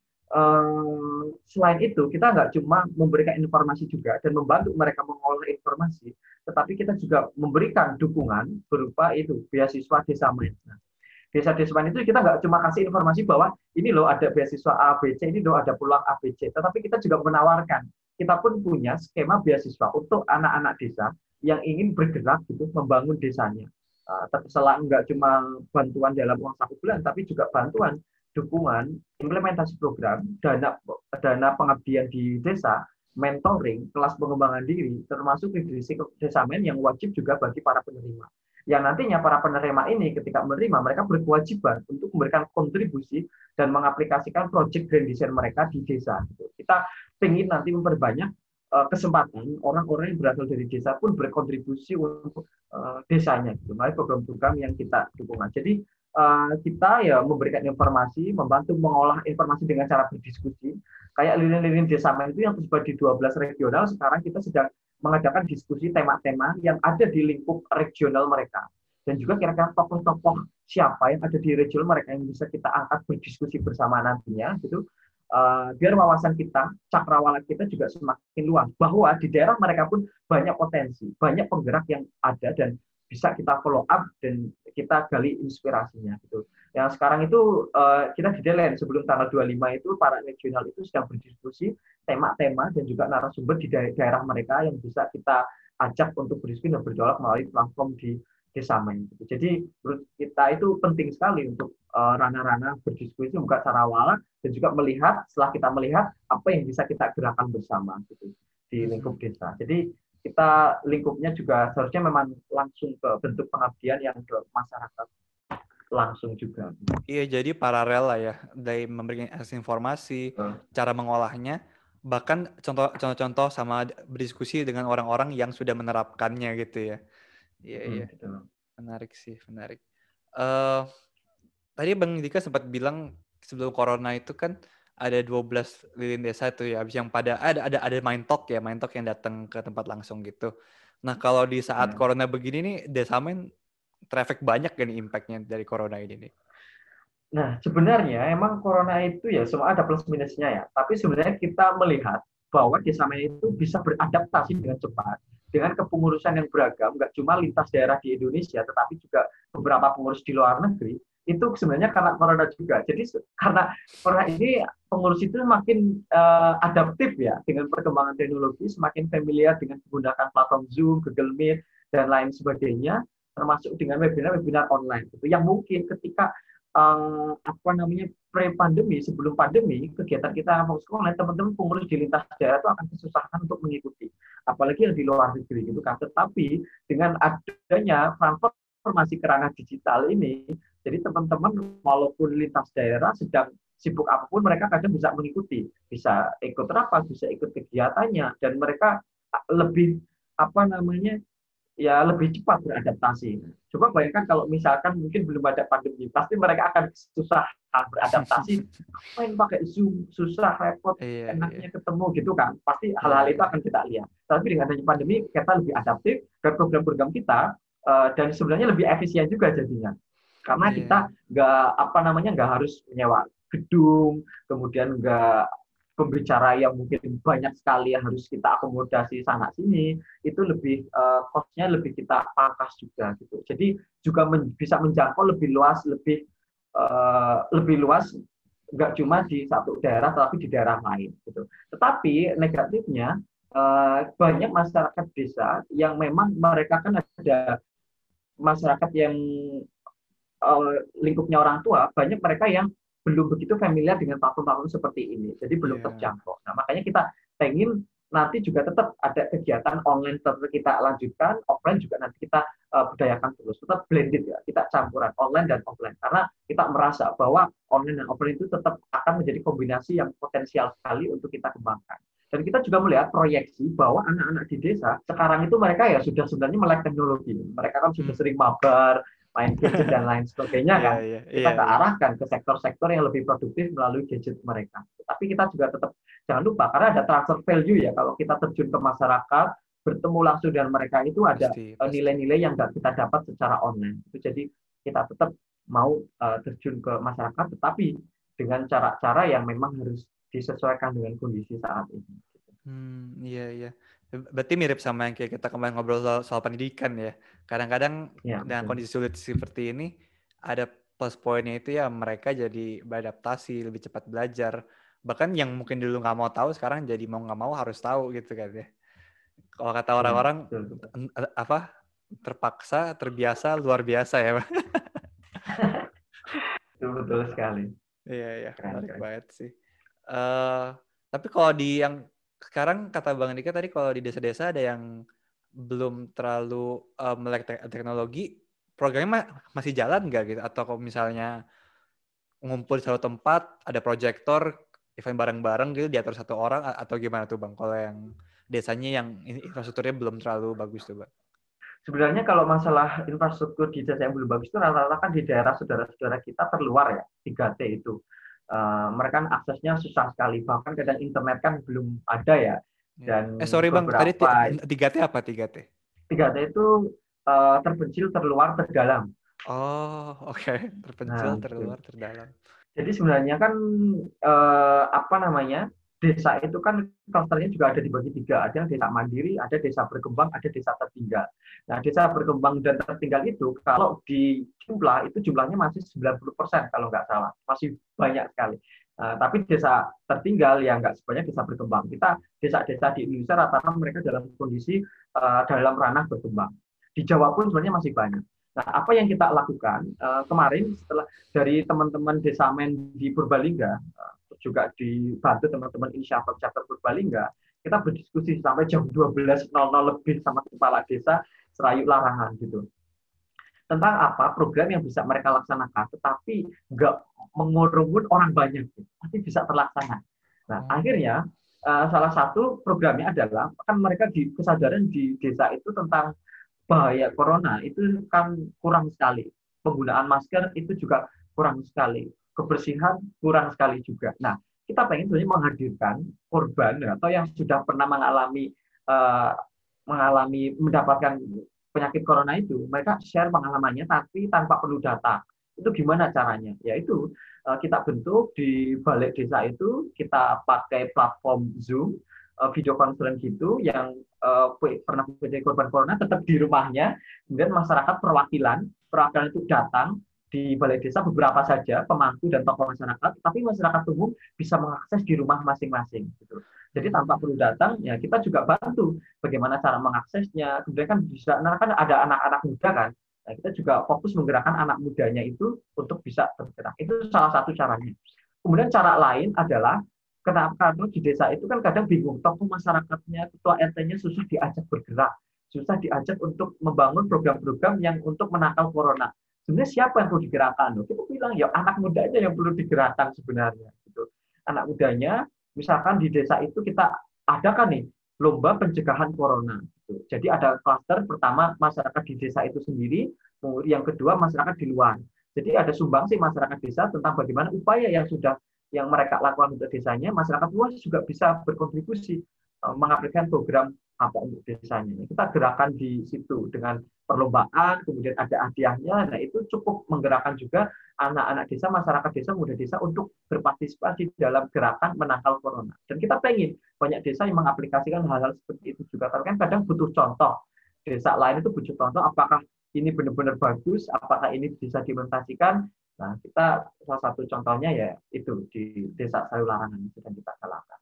Speaker 2: uh, selain itu kita nggak cuma memberikan informasi juga dan membantu mereka mengolah informasi, tetapi kita juga memberikan dukungan berupa itu beasiswa desa main. Nah, desa desa itu kita nggak cuma kasih informasi bahwa ini loh ada beasiswa A B C, ini loh ada peluang A B C, tetapi kita juga menawarkan. Kita pun punya skema beasiswa untuk anak-anak desa yang ingin bergerak gitu membangun desanya. Uh, selain nggak cuma bantuan dalam uang satu bulan, tapi juga bantuan dukungan implementasi program, dana dana pengabdian di desa, mentoring, kelas pengembangan diri, termasuk leadership desamen yang wajib juga bagi para penerima. Yang nantinya para penerima ini ketika menerima, mereka berkewajiban untuk memberikan kontribusi dan mengaplikasikan proyek grand design mereka di desa. Kita ingin nanti memperbanyak uh, kesempatan orang-orang yang berasal dari desa pun berkontribusi untuk uh, desanya, gitu. Melalui program-program yang kita dukung. Jadi uh, kita ya memberikan informasi, membantu mengolah informasi dengan cara berdiskusi. Kayak lilin-lilin desa itu yang tersebar di dua belas regional, sekarang kita sedang mengadakan diskusi tema-tema yang ada di lingkup regional mereka. Dan juga kira-kira tokoh-tokoh siapa yang ada di regional mereka yang bisa kita angkat berdiskusi bersama nantinya, gitu. Uh, biar wawasan kita, cakrawala kita juga semakin luas. Bahwa di daerah mereka pun banyak potensi, banyak penggerak yang ada dan bisa kita follow up dan kita gali inspirasinya. Gitu. Yang sekarang itu uh, kita di deadline sebelum tanggal dua puluh lima itu para regional itu sedang berdiskusi tema-tema dan juga narasumber di daerah mereka yang bisa kita ajak untuk berdiskusi dan berdialog melalui platform di Desamen. Jadi menurut kita itu penting sekali untuk uh, ranah-ranah berdiskusi, membuka cakrawala dan juga melihat setelah kita melihat apa yang bisa kita gerakan bersama gitu di lingkup desa. Jadi kita lingkupnya juga seharusnya memang langsung ke bentuk pengabdian yang ke masyarakat langsung juga.
Speaker 1: Iya, jadi paralel lah ya dari memberikan informasi, hmm. cara mengolahnya, bahkan contoh-contoh sama berdiskusi dengan orang-orang yang sudah menerapkannya gitu ya. Iya, hmm, iya. Betul. Menarik sih, menarik. Uh, tadi Bang Dika sempat bilang sebelum corona itu kan ada dua belas lilin desa itu ya, yang pada ada ada ada main talk ya, main talk yang datang ke tempat langsung gitu. Nah, kalau di saat hmm. corona begini nih, Desamen traffic banyak kan impact-nya dari corona ini nih?
Speaker 2: Nah, sebenarnya emang corona itu ya semua ada plus minusnya ya. Tapi sebenarnya kita melihat bahwa Desamen itu bisa beradaptasi dengan cepat dengan kepengurusan yang beragam, nggak cuma lintas daerah di Indonesia, tetapi juga beberapa pengurus di luar negeri. Itu sebenarnya karena corona juga. Jadi karena corona ini pengurus itu makin uh, adaptif ya dengan perkembangan teknologi, semakin familiar dengan menggunakan platform Zoom, Google Meet, dan lain sebagainya, termasuk dengan webinar-webinar online. Gitu. Yang mungkin ketika eh, apa namanya pre-pandemi, sebelum pandemi, kegiatan kita fokus online, teman-teman pengurus di lintas daerah itu akan kesusahan untuk mengikuti, apalagi yang di luar negeri gitu kan. Tetapi dengan adanya transformasi ke ranah digital ini, jadi teman-teman walaupun lintas daerah sedang sibuk apapun, mereka kadang bisa mengikuti, bisa ikut rapat, bisa ikut kegiatannya, dan mereka lebih apa namanya ya lebih cepat beradaptasi. Coba bayangkan kalau misalkan mungkin belum ada pandemi, pasti mereka akan susah beradaptasi. Main pakai Zoom, susah, repot,
Speaker 1: Iya, iya.
Speaker 2: enaknya ketemu gitu kan. Pasti
Speaker 1: Iya,
Speaker 2: hal-hal itu
Speaker 1: iya.
Speaker 2: akan kita lihat. Tapi dengan adanya pandemi, kita lebih adaptif ke program-program kita eh, dan sebenarnya lebih efisien juga jadinya. Karena kita
Speaker 1: Iya.
Speaker 2: nggak apa namanya nggak harus menyewa gedung, kemudian nggak pembicara yang mungkin banyak sekali yang harus kita akomodasi sana sini, itu lebih uh, cost-nya lebih kita pangkas juga gitu. Jadi juga men, bisa menjangkau lebih luas, lebih uh, lebih luas, nggak cuma di satu daerah tapi di daerah lain gitu. Tetapi negatifnya uh, banyak masyarakat desa yang memang mereka kan ada masyarakat yang uh, lingkupnya orang tua, banyak mereka yang belum begitu familiar dengan platform-platform seperti ini, jadi belum
Speaker 1: Iya.
Speaker 2: terjangkau. Nah, makanya kita pengen nanti juga tetap ada kegiatan online tetap kita lanjutkan, offline juga nanti kita uh, budayakan terus, tetap blended ya, kita campuran online dan offline, karena kita merasa bahwa online dan offline itu tetap akan menjadi kombinasi yang potensial sekali untuk kita kembangkan. Dan kita juga melihat proyeksi bahwa anak-anak di desa sekarang itu mereka ya sudah sebenarnya melek teknologi. Mereka kan sudah
Speaker 1: Hmm.
Speaker 2: sering mabar, main gadget dan lain sebagainya
Speaker 1: Iya,
Speaker 2: kan,
Speaker 1: iya,
Speaker 2: kita
Speaker 1: iya, iya.
Speaker 2: kearahkan ke sektor-sektor yang lebih produktif melalui gadget mereka. Tapi kita juga tetap jangan lupa karena ada transfer value ya, kalau kita terjun ke masyarakat bertemu langsung dengan mereka itu ada
Speaker 1: Pasti, pasti.
Speaker 2: nilai-nilai yang nggak kita dapat secara online. Itu jadi kita tetap mau uh, terjun ke masyarakat, tetapi dengan cara-cara yang memang harus disesuaikan dengan kondisi saat ini.
Speaker 1: Hmm, iya, iya. Berarti mirip sama yang kayak kita kemarin ngobrol soal, soal pendidikan ya. Kadang-kadang
Speaker 2: Ya,
Speaker 1: dengan
Speaker 2: betul.
Speaker 1: kondisi sulit seperti ini, ada plus poinnya itu ya mereka jadi beradaptasi, lebih cepat belajar. Bahkan yang mungkin dulu nggak mau tahu, sekarang jadi mau nggak mau harus tahu gitu kan ya. Kalau kata
Speaker 2: Ya,
Speaker 1: orang-orang,
Speaker 2: betul, betul.
Speaker 1: apa, terpaksa, terbiasa, luar biasa ya, Pak.
Speaker 2: Betul, betul sekali.
Speaker 1: Iya, iya.
Speaker 2: Keren,
Speaker 1: Menarik
Speaker 2: keren.
Speaker 1: banget sih. Uh, tapi kalau di yang sekarang kata Bang Dika tadi kalau di desa-desa ada yang belum terlalu uh, melek te- teknologi, programnya ma- masih jalan nggak gitu? Atau kalau misalnya ngumpul di satu tempat, ada proyektor, event bareng-bareng gitu diatur satu orang, a- atau gimana tuh Bang? Kalau yang desanya yang in- infrastrukturnya belum terlalu bagus tuh Bang?
Speaker 2: Sebenarnya kalau masalah infrastruktur di desa yang belum bagus itu rata-rata kan di daerah saudara-saudara kita terluar ya, tiga T itu. Uh, mereka kan aksesnya susah sekali, bahkan kadang internet kan belum ada ya.
Speaker 1: Iya.
Speaker 2: Dan
Speaker 1: Eh sorry Bang, tadi ti-
Speaker 2: beberapa
Speaker 1: tiga T apa tiga T?
Speaker 2: tiga T itu uh, terpencil, terluar, terdalam.
Speaker 1: Oh, oke. Terpencil,
Speaker 2: Nah, gitu.
Speaker 1: terluar, terdalam.
Speaker 2: Jadi sebenarnya kan eh, apa namanya desa itu kan klasternya juga ada dibagi tiga, ada desa mandiri, ada desa berkembang, ada desa tertinggal. Nah desa berkembang dan tertinggal itu kalau di jumlah itu jumlahnya masih sembilan puluh persen kalau nggak salah, masih banyak sekali. Nah, tapi desa tertinggal yang nggak sebanyak desa berkembang. Kita desa-desa di Indonesia rata-rata mereka dalam kondisi uh, dalam ranah berkembang. Di Jawa pun sebenarnya masih banyak. Nah, apa yang kita lakukan uh, kemarin setelah dari teman-teman Desamen di Purbalingga, juga dibantu teman-teman inisiator chapter Purbalingga, kita berdiskusi sampai jam dua belas lebih sama kepala desa Serayu Larangan gitu. Tentang apa program yang bisa mereka laksanakan, tetapi nggak mengurumun orang banyak, gitu. Tapi bisa terlaksana. Nah,
Speaker 1: Oh.
Speaker 2: akhirnya uh, salah satu programnya adalah kan mereka di kesadaran di desa itu tentang bahaya corona itu kan kurang sekali. Penggunaan masker itu juga kurang sekali. Kebersihan kurang sekali juga. Nah, kita pengen sebenarnya menghadirkan korban atau yang sudah pernah mengalami uh, mengalami mendapatkan penyakit corona itu, mereka share pengalamannya tapi tanpa perlu data. Itu gimana caranya? Yaitu uh, kita bentuk di balik desa itu, kita pakai platform Zoom, uh, video conference gitu yang uh, pernah menjadi korban corona tetap di rumahnya, kemudian masyarakat perwakilan, perwakilan itu datang di balai desa beberapa saja pemangku dan tokoh masyarakat, tapi masyarakat umum bisa mengakses di rumah masing-masing. Gitu. Jadi tanpa perlu
Speaker 1: Hmm.
Speaker 2: datang, ya kita juga bantu bagaimana cara mengaksesnya. Kemudian kan di sana kan ada anak-anak muda kan, Nah, kita juga fokus menggerakkan anak mudanya itu untuk bisa bergerak. Itu salah satu caranya. Kemudian cara lain adalah kenapa karena di desa itu kan kadang bingung, tokoh masyarakatnya, ketua R T-nya susah diajak bergerak, susah diajak untuk membangun program-program yang untuk menangkal corona. Sebenarnya siapa yang perlu digerakkan? Kita bilang ya anak mudanya yang perlu digerakkan sebenarnya. Gitu. Anak mudanya, misalkan di desa itu kita adakan nih lomba pencegahan corona. Gitu. Jadi ada klaster pertama masyarakat di desa itu sendiri, yang kedua masyarakat di luar. Jadi ada sumbangsi masyarakat desa tentang bagaimana upaya yang sudah yang mereka lakukan untuk desanya, masyarakat luas juga bisa berkontribusi mengaplikasikan program apa untuk desanya. Kita gerakan di situ dengan perlombaan, kemudian ada hadiahnya. Nah, itu cukup menggerakkan juga anak-anak desa, masyarakat desa, muda desa untuk berpartisipasi dalam gerakan menangkal corona. Dan kita pengen banyak desa yang mengaplikasikan hal-hal seperti itu juga. Karena kan kadang butuh contoh. Desa lain itu butuh contoh apakah ini benar-benar bagus, apakah ini bisa diimplementasikan. Nah, kita salah satu contohnya ya itu di Desa Sayularangan yang sedang kita galakkan.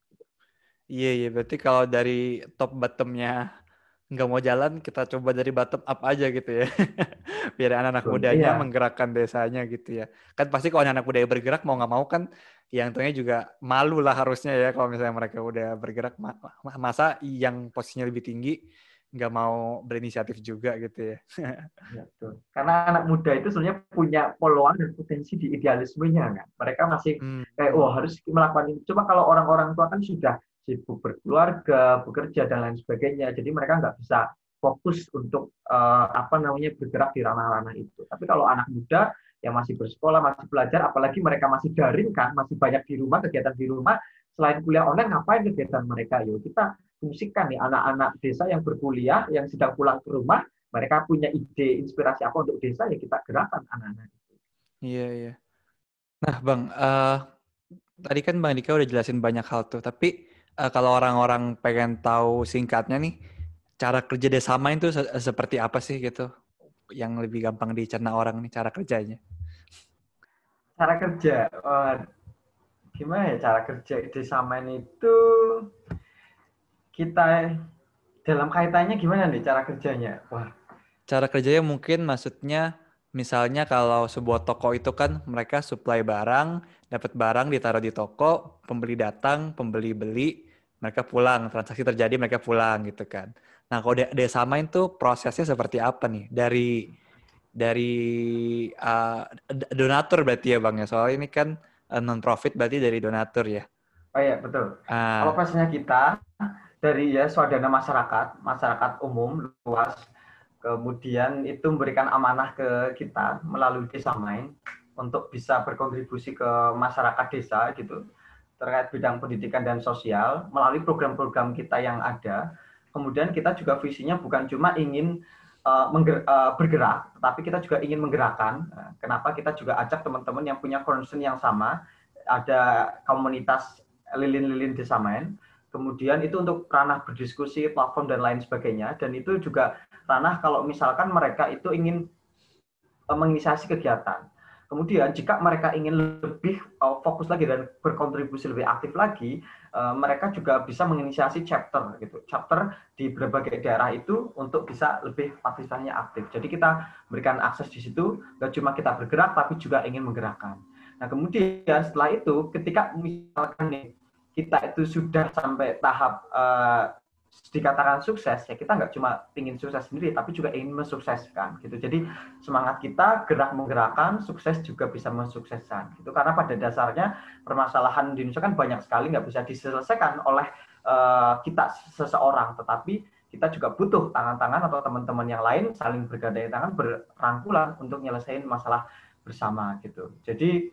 Speaker 1: Iya, iya. Berarti kalau dari top bottom-nya nggak mau jalan, kita coba dari bottom up aja gitu ya. Biar anak-anak
Speaker 2: Betul.
Speaker 1: mudanya
Speaker 2: Iya.
Speaker 1: menggerakkan desanya gitu ya. Kan pasti kalau anak-anak muda bergerak mau nggak mau kan, yang tentunya juga malu lah harusnya ya kalau misalnya mereka udah bergerak. Masa yang posisinya lebih tinggi nggak mau berinisiatif juga gitu ya.
Speaker 2: Ya, betul. Karena anak muda itu sebenarnya punya peluang dan potensi di idealismenya kan. Mereka masih
Speaker 1: Hmm.
Speaker 2: kayak, oh harus melakukan ini. Cuma kalau orang-orang tua kan sudah sibuk berkeluarga, bekerja dan lain sebagainya. Jadi mereka nggak bisa fokus untuk uh, apa namanya bergerak di ranah-ranah itu. Tapi kalau anak muda yang masih bersekolah, masih belajar, apalagi mereka masih daring kan, masih banyak di rumah, kegiatan di rumah, selain kuliah online, ngapain kegiatan mereka? Yuk kita fungsikan nih anak-anak desa yang berkuliah, yang sedang pulang ke rumah, mereka punya ide inspirasi apa untuk desa, ya kita gerakan anak-anak itu.
Speaker 1: Iya, iya. Nah, Bang, uh, tadi kan Bang Dika udah jelasin banyak hal tuh, tapi uh, kalau orang-orang pengen tahu singkatnya nih, cara kerja Desamain itu se- seperti apa sih gitu? Yang lebih gampang dicerna orang nih cara kerjanya.
Speaker 2: Cara kerja, uh, gimana ya cara kerja Desamain itu, kita dalam kaitannya gimana nih cara kerjanya? Wah.
Speaker 1: Cara kerjanya mungkin maksudnya misalnya kalau sebuah toko itu kan mereka supply barang, dapat barang ditaruh di toko, pembeli datang, pembeli beli, mereka pulang, transaksi terjadi mereka pulang gitu kan. Nah, kalau Desamain tuh prosesnya seperti apa nih? Dari dari uh, donatur berarti ya Bang ya. Soalnya ini kan uh, non-profit berarti dari donatur ya.
Speaker 2: Oh iya, betul. Kalau
Speaker 1: Ah,
Speaker 2: prosesnya kita dari ya swadana masyarakat, masyarakat umum luas, kemudian itu memberikan amanah ke kita melalui Desamain untuk bisa berkontribusi ke masyarakat desa gitu terkait bidang pendidikan dan sosial melalui program-program kita yang ada. Kemudian kita juga visinya bukan cuma ingin uh, mengger- uh, bergerak, tetapi kita juga ingin menggerakkan. Kenapa kita juga ajak teman-teman yang punya concern yang sama, ada komunitas lilin-lilin Desamain. Kemudian itu untuk ranah berdiskusi, platform dan lain sebagainya. Dan itu juga ranah kalau misalkan mereka itu ingin uh, menginisiasi kegiatan. Kemudian jika mereka ingin lebih uh, fokus lagi dan berkontribusi lebih aktif lagi, uh, mereka juga bisa menginisiasi chapter gitu, chapter di berbagai daerah itu untuk bisa lebih partisipasinya aktif. Jadi kita berikan akses di situ, nggak cuma kita bergerak tapi juga ingin menggerakkan. Nah kemudian setelah itu, ketika misalkan nih kita itu sudah sampai tahap uh, dikatakan sukses, ya kita nggak cuma ingin sukses sendiri, tapi juga ingin mensukseskan gitu. Jadi semangat kita gerak menggerakkan, sukses juga bisa mensukseskan gitu. Karena pada dasarnya permasalahan di Indonesia kan banyak sekali nggak bisa diselesaikan oleh uh, kita seseorang, tetapi kita juga butuh tangan-tangan atau teman-teman yang lain saling bergandeng tangan, berangkulan untuk menyelesaikan masalah bersama gitu. Jadi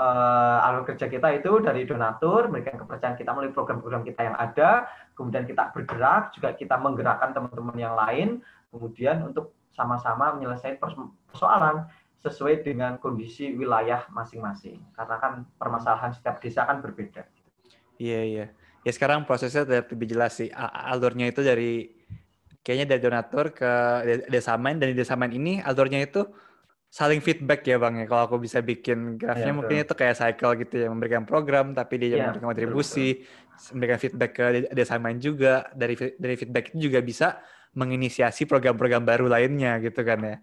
Speaker 2: uh, alur kerja kita itu dari donatur, memberikan kepercayaan kita melalui program-program kita yang ada, kemudian kita bergerak, juga kita menggerakkan teman-teman yang lain, kemudian untuk sama-sama menyelesaikan persoalan sesuai dengan kondisi wilayah masing-masing. Karena kan permasalahan setiap desa kan berbeda.
Speaker 1: iya, iya. Ya sekarang prosesnya lebih jelas sih. Alurnya itu dari, kayaknya dari donatur ke Desamain, dan di Desamain ini alurnya itu saling feedback ya Bang ya. Kalau aku bisa bikin
Speaker 2: Ya,
Speaker 1: grafnya mungkin
Speaker 2: betul.
Speaker 1: itu kayak cycle gitu ya, memberikan program tapi dia
Speaker 2: Ya,
Speaker 1: memberikan
Speaker 2: betul, betul.
Speaker 1: kontribusi, memberikan feedback ke Desamain juga. Dari dari feedback itu juga bisa menginisiasi program-program baru lainnya gitu kan ya.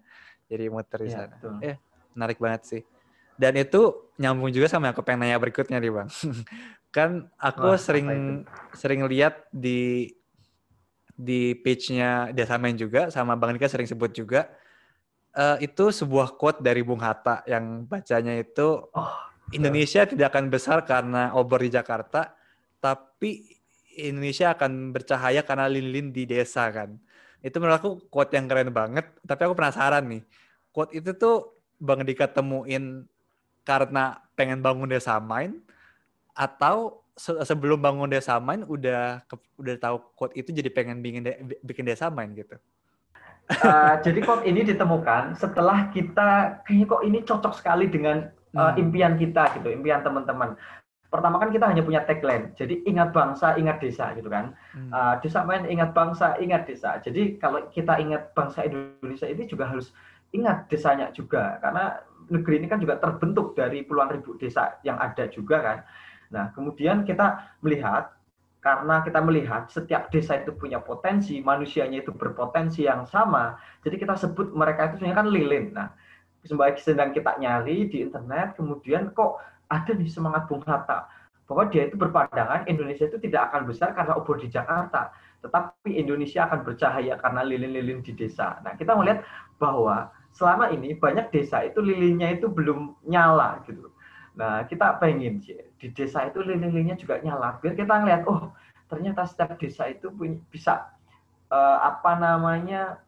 Speaker 1: Jadi muter di
Speaker 2: Iya,
Speaker 1: sana.
Speaker 2: betul.
Speaker 1: Eh, menarik banget sih. Dan itu nyambung juga sama yang aku pengen nanya berikutnya nih Bang. Kan aku
Speaker 2: Wah,
Speaker 1: sering
Speaker 2: apa itu?
Speaker 1: sering lihat di di page-nya Desamen juga, sama Bang Dika sering sebut juga, uh, itu sebuah quote dari Bung Hatta yang bacanya itu,
Speaker 2: Oh, betul.
Speaker 1: Indonesia tidak akan besar karena obor di Jakarta, tapi Indonesia akan bercahaya karena lilin di desa kan. Itu menurut aku quote yang keren banget, tapi aku penasaran nih, quote itu tuh Bang Dika temuin karena pengen bangun desa main, atau se- sebelum bangun desa main udah ke- udah tahu quote itu jadi pengen bikin de- bikin desa main gitu.
Speaker 2: Uh, jadi quote ini ditemukan setelah kita kayaknya kok ini cocok sekali dengan uh,
Speaker 1: Hmm.
Speaker 2: impian kita gitu, impian teman-teman. Pertama kan kita hanya punya tagline, jadi ingat bangsa, ingat desa gitu kan.
Speaker 1: Hmm.
Speaker 2: Uh, desa main, ingat bangsa, ingat desa. Jadi kalau kita ingat bangsa Indonesia ini juga harus ingat desanya juga, karena negeri ini kan juga terbentuk dari puluhan ribu desa yang ada juga kan. Nah, kemudian kita melihat, karena kita melihat setiap desa itu punya potensi, manusianya itu berpotensi yang sama, jadi kita sebut mereka itu sebenarnya kan lilin. Nah, sembari sedang kita nyari di internet, kemudian kok ada nih semangat Bung Hatta bahwa dia itu berpandangan Indonesia itu tidak akan besar karena obor di Jakarta, tetapi Indonesia akan bercahaya karena lilin-lilin di desa. Nah, kita melihat bahwa selama ini banyak desa itu lilinnya itu belum nyala gitu. Nah, kita pengen sih di desa itu lilin-lilinnya juga nyala, biar kita ngeliat, oh ternyata setiap desa itu punya, bisa uh, apa namanya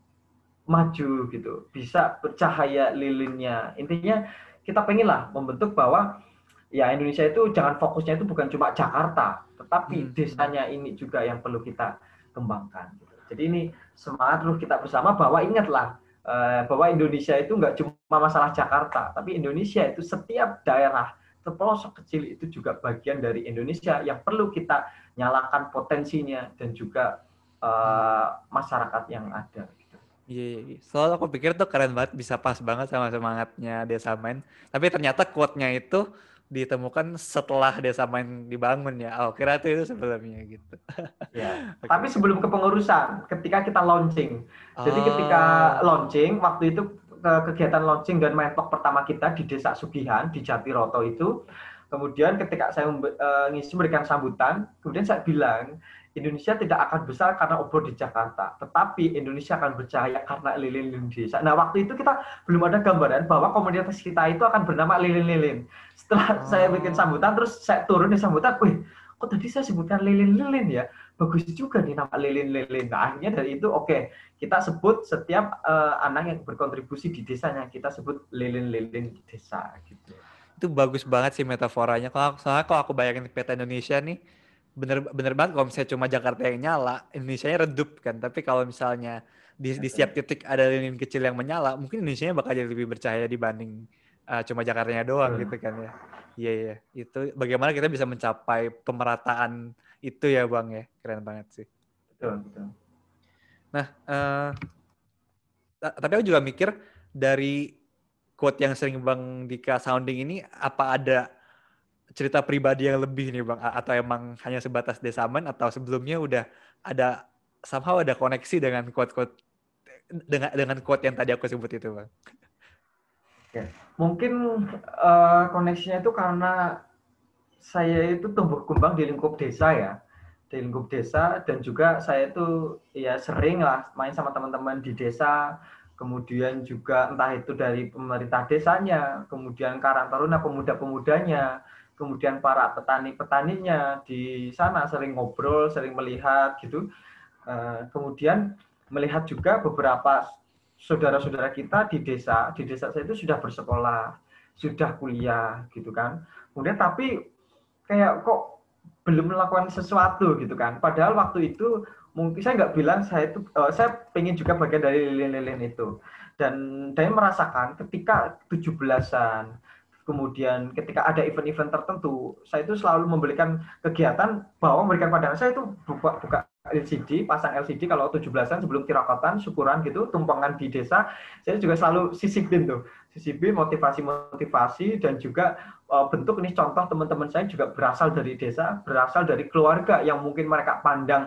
Speaker 2: maju gitu, bisa bercahaya lilinnya. Intinya kita pengen lah membentuk bahwa ya Indonesia itu jangan fokusnya itu bukan cuma Jakarta, tetapi
Speaker 1: Hmm. Hmm.
Speaker 2: desanya ini juga yang perlu kita kembangkan. Gitu. Jadi ini semangat terus kita bersama bahwa ingatlah eh, bahwa Indonesia itu nggak cuma masalah Jakarta, tapi Indonesia itu setiap daerah terpelosok kecil itu juga bagian dari Indonesia yang perlu kita nyalakan potensinya dan juga eh, masyarakat yang ada.
Speaker 1: Iya, iya, iya. Soalnya aku pikir tuh keren banget, bisa pas banget sama semangatnya Desa Main. Tapi ternyata quote-nya itu ditemukan setelah Desa Main dibangun ya. Oh, kira tuh itu sebelumnya gitu.
Speaker 2: Ya,
Speaker 1: Oke,
Speaker 2: tapi
Speaker 1: oke.
Speaker 2: sebelum kepengurusan, ketika kita launching. Jadi ketika
Speaker 1: Oh.
Speaker 2: launching, waktu itu kegiatan launching dan mentok pertama kita di Desa Sugihan, di Jatiroto itu, kemudian ketika saya ngisi memberikan sambutan, kemudian saya bilang, Indonesia tidak akan besar karena obor di Jakarta, tetapi Indonesia akan bercahaya karena lilin-lilin desa. Nah, waktu itu kita belum ada gambaran bahwa komunitas kita itu akan bernama lilin-lilin. Setelah saya bikin
Speaker 1: Oh.
Speaker 2: sambutan, terus saya turun di sambutan, wih, kok tadi saya sebutkan lilin-lilin ya? Bagus juga nih nama lilin-lilin. Nah, akhirnya dari itu oke, okay, kita sebut setiap uh, anak yang berkontribusi di desanya, kita sebut lilin-lilin desa gitu.
Speaker 1: Itu bagus banget sih metaforanya. Kalau soalnya kalau aku bayangin peta Indonesia nih, bener bener banget kalau misalnya cuma Jakarta yang nyala, Indonesia-nya redup kan. Tapi kalau misalnya di, di setiap titik ada lilin kecil yang menyala, mungkin Indonesia bakal jadi lebih bercahaya dibanding uh, cuma Jakartanya doang
Speaker 2: Betul.
Speaker 1: gitu kan ya. Iya, iya. Itu bagaimana kita bisa mencapai pemerataan itu ya Bang ya. Keren banget sih.
Speaker 2: Betul, betul.
Speaker 1: Nah, uh, tapi aku juga mikir dari quote yang sering Bang Dika sounding ini, apa ada cerita pribadi yang lebih nih Bang? Atau emang hanya sebatas Desamen, atau sebelumnya udah ada somehow ada koneksi dengan quote-quote dengan dengan quote yang tadi aku sebut itu Bang?
Speaker 2: Oke. Mungkin uh, koneksinya itu karena saya itu tumbuh kembang di lingkup desa ya, di lingkup desa, dan juga saya itu ya sering lah main sama teman-teman di desa, kemudian juga entah itu dari pemerintah desanya, kemudian Karang Taruna pemuda-pemudanya, kemudian para petani-petaninya di sana sering ngobrol, sering melihat gitu. Kemudian melihat juga beberapa saudara-saudara kita di desa, di desa saya itu sudah bersekolah, sudah kuliah gitu kan. Kemudian tapi kayak kok belum melakukan sesuatu gitu kan. Padahal waktu itu mungkin saya nggak bilang saya itu uh, saya pengen juga bagian dari lilin-lilin itu. Dan saya merasakan ketika tujuh belasan, kemudian ketika ada event-event tertentu, saya itu selalu memberikan kegiatan bahwa memberikan pandangan saya itu buka buka L C D, pasang L C D kalau tujuh belasan sebelum tirakotan, syukuran gitu, tumpangan di desa, saya juga selalu sisipin tuh, sisipin motivasi-motivasi dan juga uh, bentuk ini contoh teman-teman saya juga berasal dari desa, berasal dari keluarga yang mungkin mereka pandang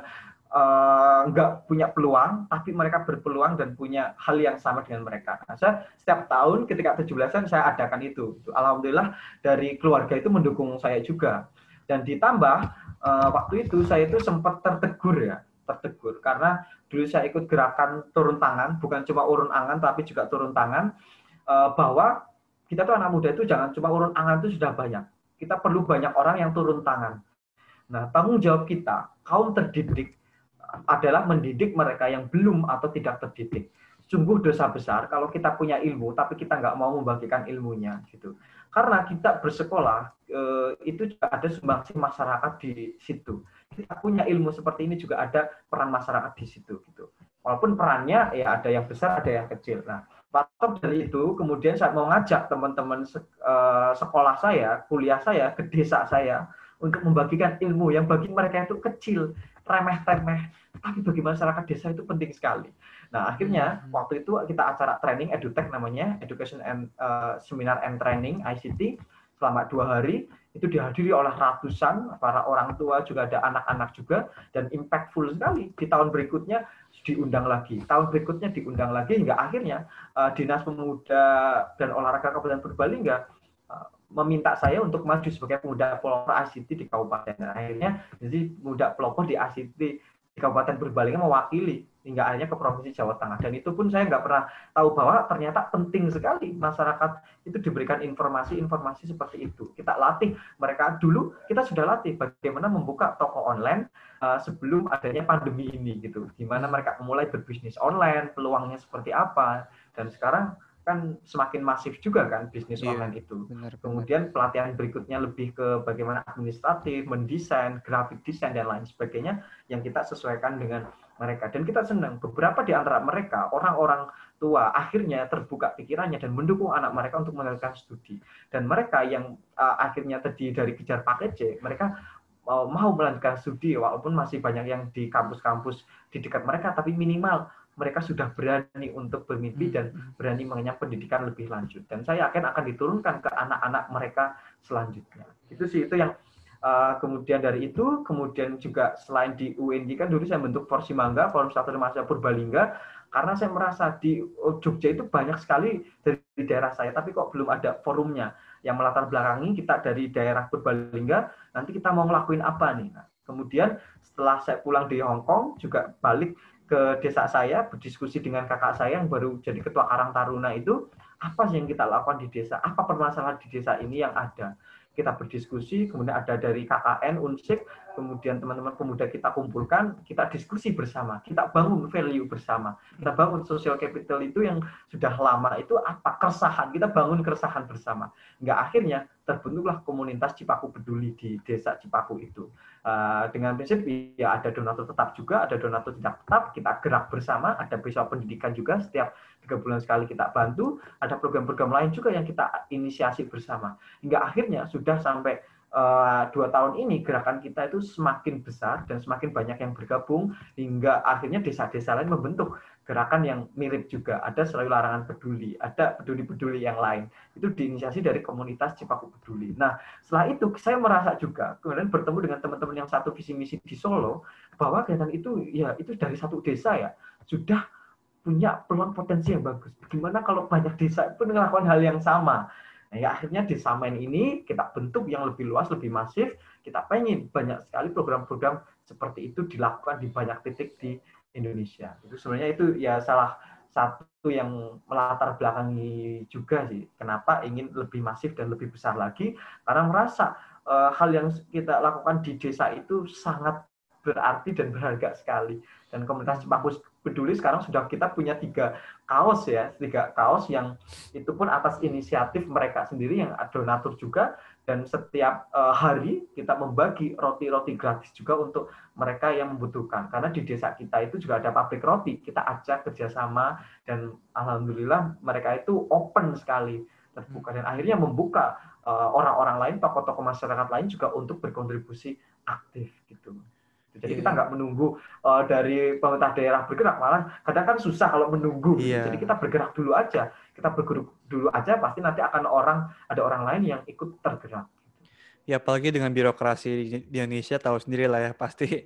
Speaker 2: uh, nggak punya peluang, tapi mereka berpeluang dan punya hal yang sama dengan mereka. Nah, saya setiap tahun ketika tujuh belasan saya adakan itu. Alhamdulillah dari keluarga itu mendukung saya juga. Dan ditambah uh, waktu itu saya itu sempat tertegur ya, tertegur karena dulu saya ikut gerakan turun tangan, bukan cuma urun angan tapi juga turun tangan, uh, bahwa kita tuh anak muda itu jangan cuma urun angan itu sudah banyak. Kita perlu banyak orang yang turun tangan. Nah, tanggung jawab kita, kaum terdidik, adalah mendidik mereka yang belum atau tidak terdidik. Sungguh dosa besar kalau kita punya ilmu, tapi kita nggak mau membagikan ilmunya. Gitu. Karena kita bersekolah, eh, itu juga ada sumbangsi masyarakat di situ. Kita punya ilmu seperti ini juga ada peran masyarakat di situ. Gitu. Walaupun perannya ya ada yang besar, ada yang kecil. Nah, faktor dari itu, kemudian saya mau ngajak teman-teman sekolah saya, kuliah saya, ke desa saya, untuk membagikan ilmu yang bagi mereka itu kecil, remeh-temeh, tapi bagi masyarakat desa itu penting sekali. Nah, akhirnya waktu itu kita acara training edutech namanya, Education and uh, Seminar and Training I C T, selama dua hari, itu dihadiri oleh ratusan para orang tua, juga ada anak-anak juga, dan impactful sekali. Di tahun berikutnya diundang lagi, tahun berikutnya diundang lagi, hingga akhirnya uh, Dinas Pemuda dan Olahraga Kabupaten Purbalingga uh, meminta saya untuk maju sebagai pemuda pelopor I C T di kabupaten. Nah, akhirnya jadi pemuda pelopor di I C T di Kabupaten Purbalingga mewakili hingga akhirnya ke Provinsi Jawa Tengah. Dan itu pun saya nggak pernah tahu bahwa ternyata penting sekali masyarakat itu diberikan informasi-informasi seperti itu. Kita latih mereka dulu, kita sudah latih bagaimana membuka toko online uh, sebelum adanya pandemi ini gitu. Gimana mereka mulai berbisnis online, peluangnya seperti apa. Dan sekarang kan semakin masif juga kan bisnis yeah, online itu. Benar, Kemudian benar. Pelatihan berikutnya lebih ke bagaimana administratif, mendesain, grafik desain dan lain sebagainya yang kita sesuaikan dengan mereka. Dan kita senang beberapa di antara mereka orang-orang tua akhirnya terbuka pikirannya dan mendukung anak mereka untuk melanjutkan studi. Dan mereka yang uh, akhirnya terdiri dari kejar paket C, mereka uh, mau melanjutkan studi walaupun masih banyak yang di kampus-kampus di dekat mereka, tapi minimal mereka sudah berani untuk bermimpi dan berani mengenyam pendidikan lebih lanjut. Dan saya yakin akan diturunkan ke anak-anak mereka selanjutnya. Itu sih, itu yang uh, kemudian dari itu, kemudian juga selain di U N I, kan dulu saya bentuk Porsimangga, Forum Staf Mahasiswa Purbalingga, karena saya merasa di Jogja itu banyak sekali dari daerah saya, tapi kok belum ada forumnya yang melatar belakangi kita dari daerah Purbalingga, nanti kita mau ngelakuin apa nih. Nah, kemudian setelah saya pulang di Hong Kong, juga balik ke desa saya, berdiskusi dengan kakak saya yang baru jadi ketua Karang Taruna itu, apa yang kita lakukan di desa, apa permasalahan di desa ini yang ada. Kita berdiskusi, kemudian ada dari K K N, Unsik, kemudian teman-teman pemuda kita kumpulkan, kita diskusi bersama, kita bangun value bersama, kita bangun social capital itu yang sudah lama itu apa, keresahan, kita bangun keresahan bersama. Hingga akhirnya terbentuklah komunitas Cipaku Peduli di desa Cipaku itu. Uh, dengan prinsip ya ada donatur tetap juga, ada donatur tidak tetap, kita gerak bersama, ada beasiswa pendidikan juga setiap tiga bulan sekali kita bantu, ada program-program lain juga yang kita inisiasi bersama. Hingga akhirnya sudah sampai uh, dua tahun ini gerakan kita itu semakin besar dan semakin banyak yang bergabung, hingga akhirnya desa-desa lain membentuk gerakan yang mirip juga. Ada Selalu Larangan Peduli, ada peduli-peduli yang lain. Itu diinisiasi dari komunitas Cipaku Peduli. Nah, setelah itu saya merasa juga, kemudian bertemu dengan teman-teman yang satu visi misi di Solo, bahwa kegiatan itu ya itu dari satu desa ya sudah punya peluang potensi yang bagus. Gimana kalau banyak desa itu melakukan hal yang sama? Nah, ya akhirnya desa main ini kita bentuk yang lebih luas, lebih masif. Kita pengen banyak sekali program-program seperti itu dilakukan di banyak titik di Indonesia. Itu sebenarnya itu ya salah satu yang melatar belakangi juga sih. Kenapa ingin lebih masif dan lebih besar lagi? Karena merasa uh, hal yang kita lakukan di desa itu sangat berarti dan berharga sekali. Dan komunitas Cipaku Peduli sekarang sudah kita punya tiga kaos ya, tiga kaos yang itu pun atas inisiatif mereka sendiri yang donatur juga. Dan setiap uh, hari kita membagi roti-roti gratis juga untuk mereka yang membutuhkan. Karena di desa kita itu juga ada pabrik roti. Kita ajak kerjasama dan alhamdulillah mereka itu open sekali, terbuka. Dan akhirnya membuka uh, orang-orang lain, tokoh-tokoh masyarakat lain juga untuk berkontribusi aktif gitu. Jadi yeah. kita nggak menunggu uh, dari pemerintah daerah bergerak, malah kadang kan susah kalau menunggu. Yeah. Jadi kita bergerak dulu aja, kita bergerak dulu aja, pasti nanti akan orang ada orang lain yang ikut tergerak.
Speaker 1: Ya apalagi dengan birokrasi di Indonesia tahu sendiri lah ya, pasti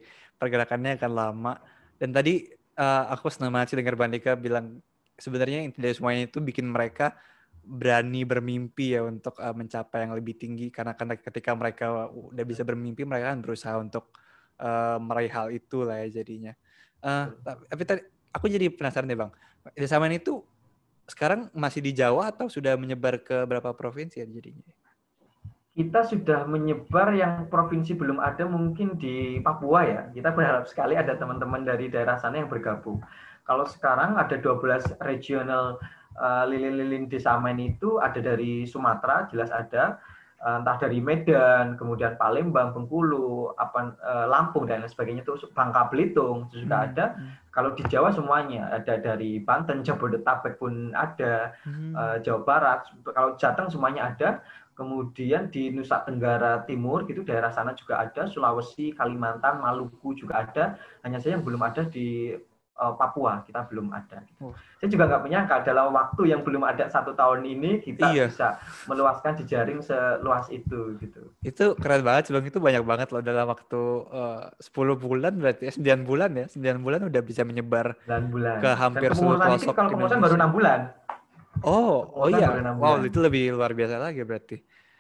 Speaker 1: pergerakannya akan lama. Dan tadi uh, aku senang banget sih dengar Bang Dika bilang sebenarnya inti dari semuanya itu bikin mereka berani bermimpi ya untuk uh, mencapai yang lebih tinggi, karena karena ketika mereka udah bisa bermimpi, mereka kan berusaha untuk uh, meraih hal itu lah ya jadinya. Uh, tapi tadi aku jadi penasaran deh Bang, Desamen itu sekarang masih di Jawa atau sudah menyebar ke berapa provinsi ya jadinya?
Speaker 2: Kita sudah menyebar yang provinsi belum ada mungkin di Papua ya. Kita berharap sekali ada teman-teman dari daerah sana yang bergabung. Kalau sekarang ada dua belas regional uh, lilin-lilin Desamen itu ada dari Sumatera, jelas ada, uh, entah dari Medan, kemudian Palembang, Bengkulu, apa uh, Lampung dan lain sebagainya itu Bangka Belitung itu juga
Speaker 1: Hmm.
Speaker 2: ada.
Speaker 1: Hmm.
Speaker 2: Kalau di Jawa semuanya ada dari Banten, Jabodetabek pun ada,
Speaker 1: Hmm.
Speaker 2: uh, Jawa Barat, kalau Jateng semuanya ada. Kemudian di Nusa Tenggara Timur gitu daerah sana juga ada, Sulawesi, Kalimantan, Maluku juga ada. Hanya saja yang belum ada di uh, Papua, kita belum ada. Gitu.
Speaker 1: Oh.
Speaker 2: Saya juga nggak menyangka dalam waktu yang belum ada satu tahun ini kita
Speaker 1: Iya.
Speaker 2: bisa meluaskan jejaring seluas itu gitu.
Speaker 1: Itu keren banget, Bang. Itu banyak banget loh dalam waktu uh, sepuluh bulan berarti ya, sembilan bulan ya. sembilan bulan udah bisa menyebar
Speaker 2: sembilan bulan.
Speaker 1: ke
Speaker 2: Dan
Speaker 1: hampir seluruh
Speaker 2: kepengurusan ini
Speaker 1: pelosok
Speaker 2: kalau kepengurusan baru
Speaker 1: Indonesia.
Speaker 2: enam bulan.
Speaker 1: Oh, oh
Speaker 2: Kepengurusan baru
Speaker 1: iya.
Speaker 2: enam
Speaker 1: Wow,
Speaker 2: bulan.
Speaker 1: itu lebih luar biasa lagi berarti.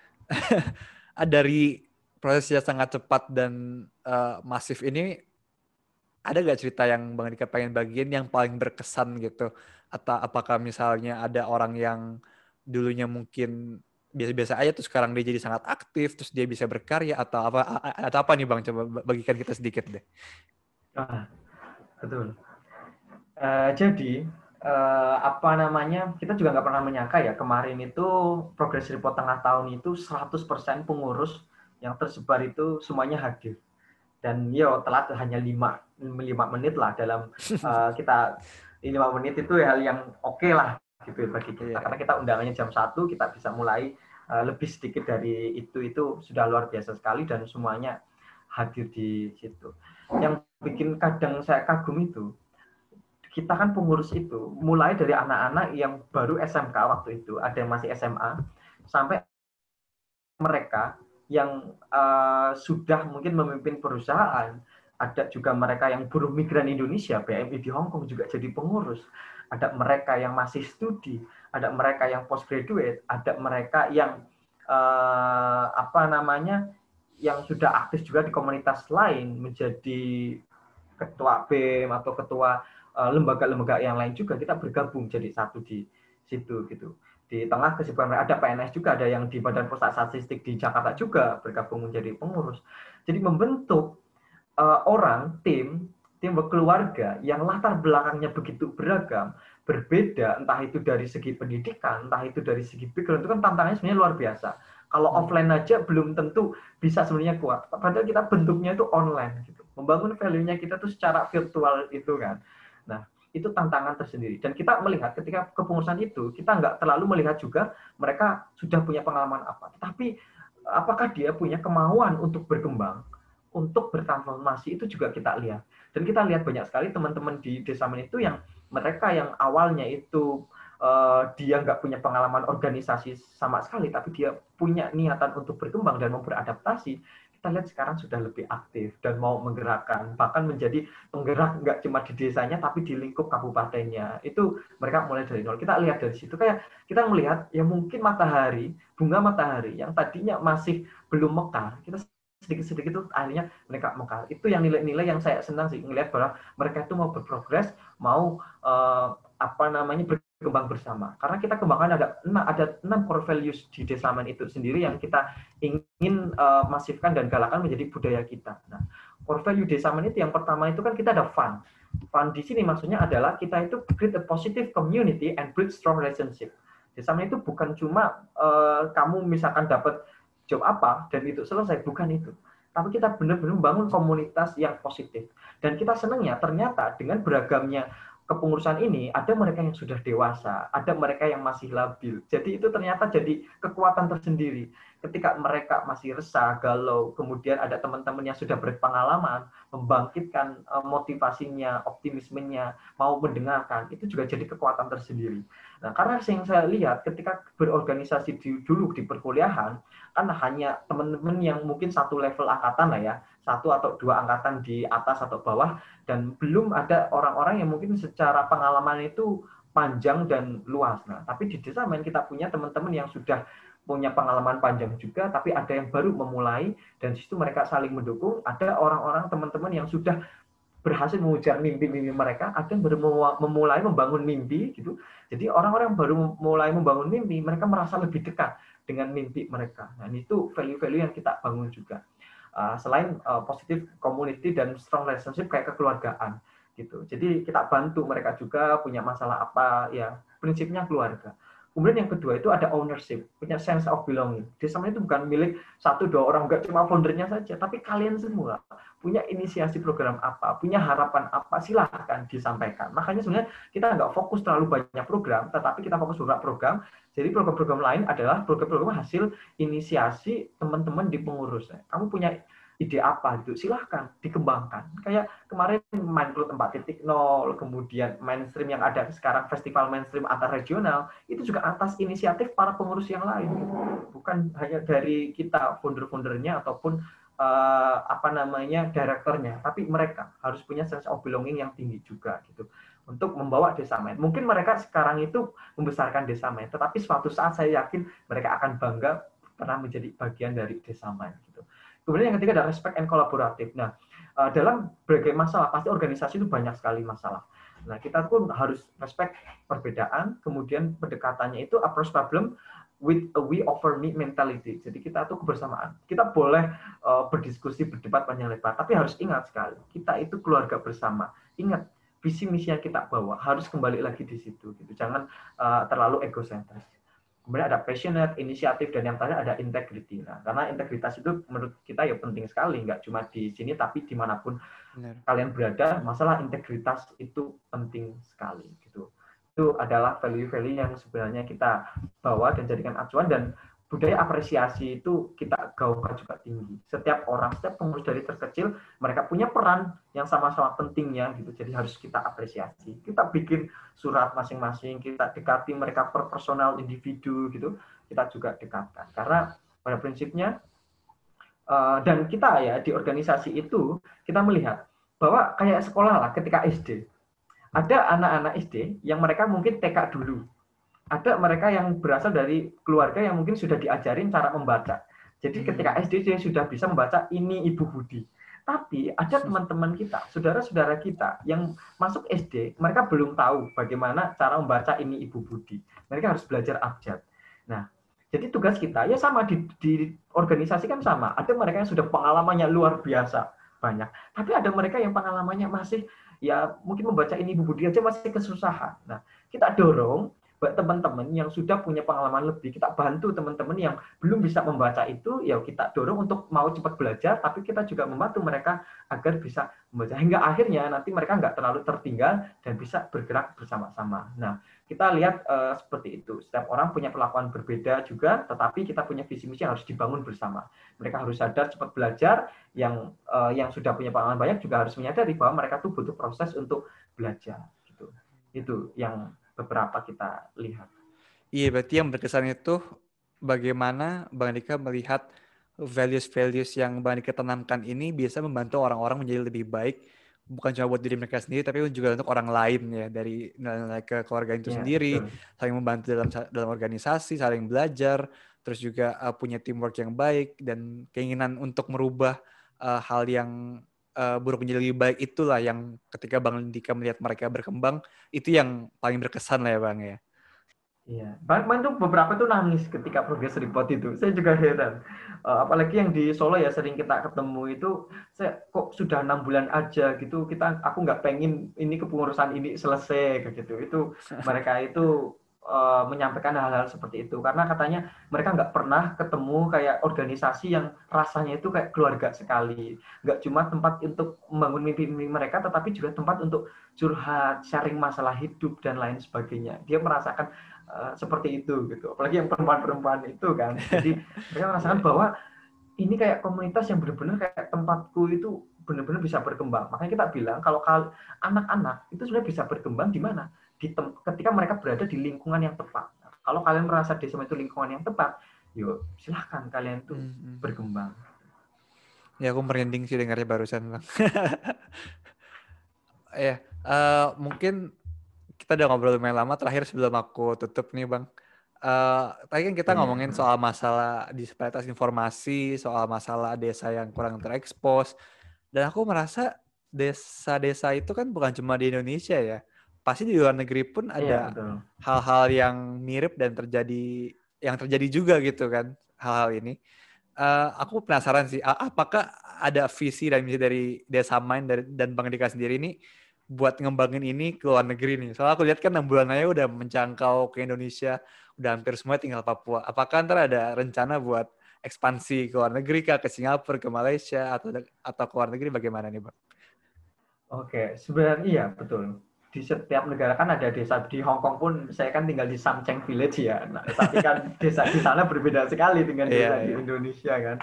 Speaker 1: Dari prosesnya sangat cepat dan uh, masif ini, ada gak cerita yang Bang Dika pengen bagiin yang paling berkesan gitu? Atau apakah misalnya ada orang yang dulunya mungkin biasa-biasa aja terus sekarang dia jadi sangat aktif, terus dia bisa berkarya, atau apa atau apa nih Bang? Coba bagikan kita sedikit deh.
Speaker 2: Ah, betul. Uh, jadi uh, apa namanya, kita juga nggak pernah menyangka ya kemarin itu progress report tengah tahun itu seratus persen pengurus yang tersebar itu semuanya hadir. Dan yo telat hanya lima menit lah dalam uh, kita lima menit itu hal yang oke okay lah gitu bagi kita.
Speaker 1: Yeah.
Speaker 2: Karena kita undangannya jam satu, kita bisa mulai uh, lebih sedikit dari itu, itu sudah luar biasa sekali dan semuanya hadir di situ. Yang bikin kadang saya kagum itu, kita kan pengurus itu mulai dari anak-anak yang baru S M K waktu itu, ada yang masih S M A, sampai mereka yang uh, sudah mungkin memimpin perusahaan, ada juga mereka yang buruh migran Indonesia, P M I di Hong Kong juga jadi pengurus, ada mereka yang masih studi, ada mereka yang postgraduate, ada mereka yang uh, apa namanya, yang sudah aktif juga di komunitas lain, menjadi ketua B E M atau ketua uh, lembaga-lembaga yang lain juga, kita bergabung jadi satu di situ gitu. Di tengah kesibukan ada P N S juga, ada yang di Badan Pusat Statistik di Jakarta juga bergabung menjadi pengurus. Jadi membentuk uh, orang, tim, tim keluarga yang latar belakangnya begitu beragam, berbeda, entah itu dari segi pendidikan, entah itu dari segi background, itu kan tantangannya sebenarnya luar biasa. Kalau hmm. offline aja belum tentu bisa sebenarnya kuat. Padahal kita bentuknya itu online gitu. Membangun value-nya kita tuh secara virtual itu kan. Nah, itu tantangan tersendiri. Dan kita melihat ketika kepengurusan itu, kita nggak terlalu melihat juga mereka sudah punya pengalaman apa. Tetapi apakah dia punya kemauan untuk berkembang, untuk bertransformasi, itu juga kita lihat. Dan kita lihat banyak sekali teman-teman di Desamen itu yang mereka yang awalnya itu Uh, dia nggak punya pengalaman organisasi sama sekali, tapi dia punya niatan untuk berkembang dan mau beradaptasi. Kita lihat sekarang sudah lebih aktif dan mau menggerakkan, bahkan menjadi penggerak nggak cuma di desanya, tapi di lingkup kabupatennya. Itu mereka mulai dari nol. Kita lihat dari situ, kayak kita melihat ya mungkin matahari, bunga matahari yang tadinya masih belum mekar, kita sedikit-sedikit itu akhirnya mereka mekar. Itu yang nilai-nilai yang saya senang sih, melihat bahwa mereka itu mau berprogres, mau uh, apa namanya berkembang bersama. Karena kita kembangkan ada ada enam core values di Desamen itu sendiri yang kita ingin uh, masifkan dan galakan menjadi budaya kita. Nah, core value Desamen itu yang pertama itu kan kita ada fun. Fun di sini maksudnya adalah kita itu create a positive community and build strong relationship. Desamen itu bukan cuma uh, kamu misalkan dapat job apa dan itu selesai, bukan itu. Tapi kita benar-benar membangun komunitas yang positif. Dan kita senangnya ternyata dengan beragamnya kepengurusan ini, ada mereka yang sudah dewasa, ada mereka yang masih labil. Jadi itu ternyata jadi kekuatan tersendiri. Ketika mereka masih resah, galau, kemudian ada teman-teman yang sudah berpengalaman, membangkitkan motivasinya, optimismenya, mau mendengarkan, itu juga jadi kekuatan tersendiri. Nah, karena yang saya lihat ketika berorganisasi di, dulu di perkuliahan, kan hanya teman-teman yang mungkin satu level angkatan lah ya, satu atau dua angkatan di atas atau bawah, dan belum ada orang-orang yang mungkin secara pengalaman itu panjang dan luas. Nah, tapi di Desa Main kita punya teman-teman yang sudah punya pengalaman panjang juga, tapi ada yang baru memulai, dan di situ mereka saling mendukung. Ada orang-orang teman-teman yang sudah berhasil mengejar mimpi-mimpi mereka, ada yang baru memulai membangun mimpi gitu. Jadi orang-orang yang baru mulai membangun mimpi, mereka merasa lebih dekat dengan mimpi mereka. Nah, itu value-value yang kita bangun juga. Uh, selain uh, positive community dan strong relationship kayak kekeluargaan gitu. Jadi kita bantu mereka juga punya masalah apa, ya prinsipnya keluarga. Kemudian yang kedua itu ada ownership, punya sense of belonging. Desa Main itu bukan milik satu dua orang, enggak cuma foundernya saja, tapi kalian semua punya inisiasi program apa, punya harapan apa, silahkan disampaikan. Makanya sebenarnya kita nggak fokus terlalu banyak program, tetapi kita fokus beberapa program. Jadi program-program lain adalah program-program hasil inisiasi teman-teman di pengurus. Kamu punya ide apa itu, silahkan dikembangkan. Kayak kemarin Mindcloud empat titik nol, kemudian mainstream yang ada sekarang, festival mainstream antar regional, itu juga atas inisiatif para pengurus yang lain. Gitu. Bukan hanya dari kita founder-foundernya ataupun uh, apa namanya direkturnya, tapi mereka harus punya sense of belonging yang tinggi juga gitu untuk membawa Desa Main. Mungkin mereka sekarang itu membesarkan Desa Main, tetapi suatu saat saya yakin mereka akan bangga pernah menjadi bagian dari Desa Main gitu. Kemudian yang ketiga adalah respect and collaborative. Nah, dalam berbagai masalah, pasti organisasi itu banyak sekali masalah. Nah, kita pun harus respect perbedaan, kemudian pendekatannya itu approach problem with a we over me mentality. Jadi kita tuh kebersamaan. Kita boleh uh, berdiskusi, berdebat panjang lebar, tapi harus ingat sekali, kita itu keluarga bersama. Ingat, visi misi yang kita bawa harus kembali lagi di situ. Gitu. Jangan uh, terlalu egosentris. Kemudian ada passionate, inisiatif, dan yang terakhir ada integrity. Nah, karena integritas itu menurut kita ya penting sekali, nggak cuma di sini, tapi dimanapun Benar. Kalian berada, masalah integritas itu penting sekali. Gitu. Itu adalah value-value yang sebenarnya kita bawa dan jadikan acuan, dan budaya apresiasi itu kita gaungkan juga tinggi. Setiap orang, setiap pengurus dari terkecil, mereka punya peran yang sama-sama pentingnya, gitu. Jadi harus kita apresiasi. Kita bikin surat masing-masing, kita dekati mereka per personal individu, gitu. Kita juga dekatkan. Karena pada prinsipnya, uh, dan kita ya di organisasi itu kita melihat bahwa kayak sekolah lah, ketika S D, ada anak-anak S D yang mereka mungkin T K dulu. Ada mereka yang berasal dari keluarga yang mungkin sudah diajarin cara membaca. Jadi ketika S D dia sudah bisa membaca ini Ibu Budi. Tapi ada teman-teman kita, saudara-saudara kita yang masuk S D, mereka belum tahu bagaimana cara membaca ini Ibu Budi. Mereka harus belajar abjad. Nah, jadi tugas kita ya sama di, di organisasi kan sama. Ada mereka yang sudah pengalamannya luar biasa banyak. Tapi ada mereka yang pengalamannya masih ya mungkin membaca ini Ibu Budi aja masih kesusahan. Nah, kita dorong buat teman-teman yang sudah punya pengalaman lebih, kita bantu teman-teman yang belum bisa membaca itu, ya kita dorong untuk mau cepat belajar, tapi kita juga membantu mereka agar bisa membaca. Hingga akhirnya nanti mereka nggak terlalu tertinggal dan bisa bergerak bersama-sama. Nah, kita lihat uh, seperti itu. Setiap orang punya perlakuan berbeda juga, tetapi kita punya visi misi yang harus dibangun bersama. Mereka harus sadar cepat belajar, yang uh, yang sudah punya pengalaman banyak juga harus menyadari bahwa mereka tuh butuh proses untuk belajar. Gitu. Itu yang beberapa kita lihat.
Speaker 1: Iya, berarti yang berkesan itu bagaimana Bang Dika melihat values-values yang Bang Dika tanamkan ini bisa membantu orang-orang menjadi lebih baik, bukan cuma buat diri mereka sendiri, tapi juga untuk orang lain ya, dari nilai-nilai kekeluargaan itu ya, sendiri, betul. Saling membantu dalam dalam organisasi, saling belajar, terus juga uh, punya teamwork yang baik dan keinginan untuk merubah uh, hal yang Uh, buruk menjadi lebih baik, itulah yang ketika Bang Dika melihat mereka berkembang, itu yang paling berkesan lah ya Bang ya.
Speaker 2: Iya, Bang, Bang tuh beberapa tuh nangis ketika progress report itu. Saya juga heran. Uh, apalagi yang di Solo ya sering kita ketemu itu, saya kok sudah enam bulan aja gitu. Kita, aku nggak pengen ini kepengurusan ini selesai kayak gitu. Itu mereka itu uh, menyampaikan hal-hal seperti itu karena katanya mereka nggak pernah ketemu kayak organisasi yang rasanya itu kayak keluarga sekali. Nggak cuma tempat untuk membangun mimpi-mimpi mereka, tetapi juga tempat untuk curhat, sharing masalah hidup dan lain sebagainya. Dia merasakan Uh, seperti itu gitu, apalagi yang perempuan-perempuan itu kan, jadi mereka merasakan bahwa ini kayak komunitas yang benar-benar kayak tempatku itu benar-benar bisa berkembang. Makanya kita bilang kalau anak-anak itu sebenarnya bisa berkembang di mana? Di tem- ketika mereka berada di lingkungan yang tepat. Nah, kalau kalian merasa desa itu lingkungan yang tepat, yuk silahkan kalian tuh mm-hmm. berkembang.
Speaker 1: Ya aku merinding sih dengarnya barusan bang. Ya, uh, mungkin kita udah ngobrol lumayan lama. Terakhir sebelum aku tutup nih bang. Uh, tadi kan kita
Speaker 2: Oh iya.
Speaker 1: ngomongin soal masalah disparitas informasi, soal masalah desa yang kurang terekspos. Dan aku merasa desa-desa itu kan bukan cuma di Indonesia ya. Pasti di luar negeri pun
Speaker 2: Iya
Speaker 1: ada
Speaker 2: betul.
Speaker 1: hal-hal yang mirip dan terjadi yang terjadi juga gitu kan hal-hal ini. Uh, aku penasaran sih, apakah ada visi dan misi dari Desa Mind dan Bang Dika sendiri ini buat ngembangin ini ke luar negeri nih. Soalnya aku lihat kan enam bulan aja udah menjangkau ke Indonesia, udah hampir semua tinggal Papua. Apakah ntar ada rencana buat ekspansi ke luar negeri, kah? Ke Singapura, ke Malaysia, atau atau ke luar negeri bagaimana nih Bang?
Speaker 2: Oke, sebenarnya iya betul. Di setiap negara kan ada desa. Di Hong Kong pun saya kan tinggal di Samcheng Village ya. Nah, tapi kan desa di sana berbeda sekali dengan
Speaker 1: Iya,
Speaker 2: desa di
Speaker 1: iya.
Speaker 2: Indonesia kan.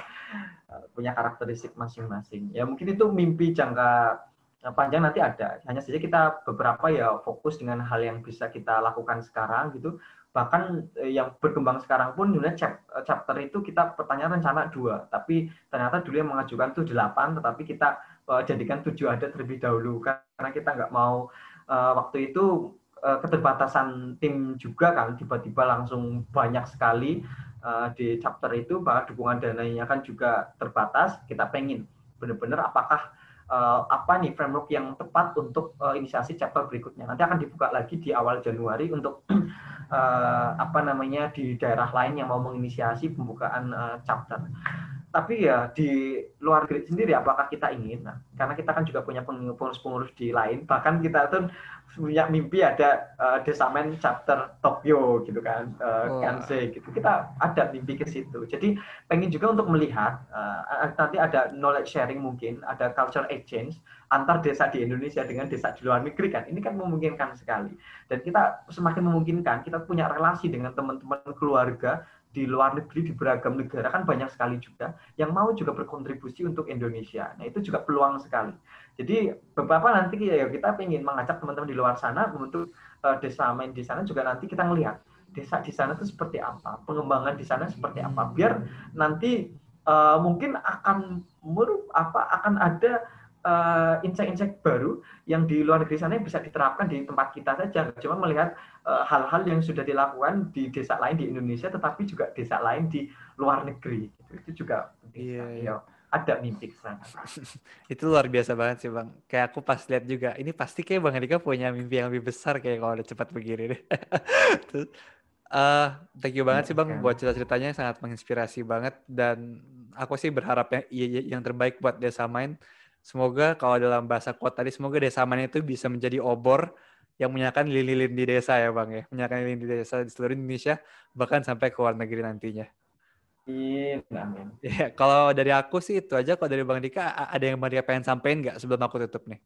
Speaker 2: Punya karakteristik masing-masing. Ya mungkin itu mimpi jangka panjang nanti ada. Hanya saja kita beberapa ya fokus dengan hal yang bisa kita lakukan sekarang gitu. Bahkan yang berkembang sekarang pun sebenarnya chapter itu kita pertanyaan rencana dua, tapi ternyata dulu yang mengajukan itu delapan, tetapi kita uh, jadikan tujuh ada terlebih dahulu karena kita nggak mau uh, waktu itu uh, keterbatasan tim juga kan tiba-tiba langsung banyak sekali uh, di chapter itu, bahkan dukungan dananya kan juga terbatas. Kita pengen benar-benar apakah uh, apa nih framework yang tepat untuk uh, inisiasi chapter berikutnya. Nanti akan dibuka lagi di awal Januari untuk uh, apa namanya di daerah lain yang mau menginisiasi pembukaan uh, chapter. Tapi ya di luar negeri sendiri apakah kita ingin? Nah, karena kita kan juga punya pengurus-pengurus di lain, bahkan kita tuh punya mimpi ada uh, Desamen chapter Tokyo gitu kan, uh, Kansai gitu. Kita ada mimpi ke situ. Jadi pengen juga untuk melihat uh, nanti ada knowledge sharing, mungkin ada culture exchange antar desa di Indonesia dengan desa di luar negeri kan. Ini kan memungkinkan sekali. Dan kita semakin memungkinkan, kita punya relasi dengan teman-teman keluarga di luar negeri, di beragam negara kan banyak sekali juga yang mau juga berkontribusi untuk Indonesia. Nah itu juga peluang sekali. Jadi beberapa nanti ya kita ingin mengajak teman-teman di luar sana untuk uh, desa main di sana juga nanti kita ngelihat desa di sana itu seperti apa, pengembangan di sana seperti apa, biar nanti uh, mungkin akan merup apa akan ada uh, insight-insight baru yang di luar negeri sana yang bisa diterapkan di tempat kita saja. Cuma melihat uh, hal-hal yang sudah dilakukan di desa lain di Indonesia, tetapi juga desa lain di luar negeri. Gitu. Itu juga penting
Speaker 1: Iya,
Speaker 2: sekali.
Speaker 1: iya.
Speaker 2: Ya, ada mimpi ke sana.
Speaker 1: Itu luar biasa banget sih Bang. Kayak aku pas lihat juga, ini pasti kayak Bang Rika punya mimpi yang lebih besar kayak kalau udah cepat begini deh. Terus, uh, thank you banget
Speaker 2: Ya,
Speaker 1: sih Bang
Speaker 2: kan.
Speaker 1: buat cerita-ceritanya, sangat menginspirasi banget, dan aku sih berharap yang, yang terbaik buat Desa Main. Semoga kalau dalam bahasa quote tadi, semoga Desa Main itu bisa menjadi obor yang menyalakan lilin-lilin di desa ya Bang ya. Menyalakan lilin di desa di seluruh Indonesia, bahkan sampai ke luar negeri nantinya.
Speaker 2: Amin, amin.
Speaker 1: Ya, kalau dari aku sih itu aja. Kalau dari Bang Dika, ada yang Bang Dika pengen sampein nggak sebelum aku tutup nih?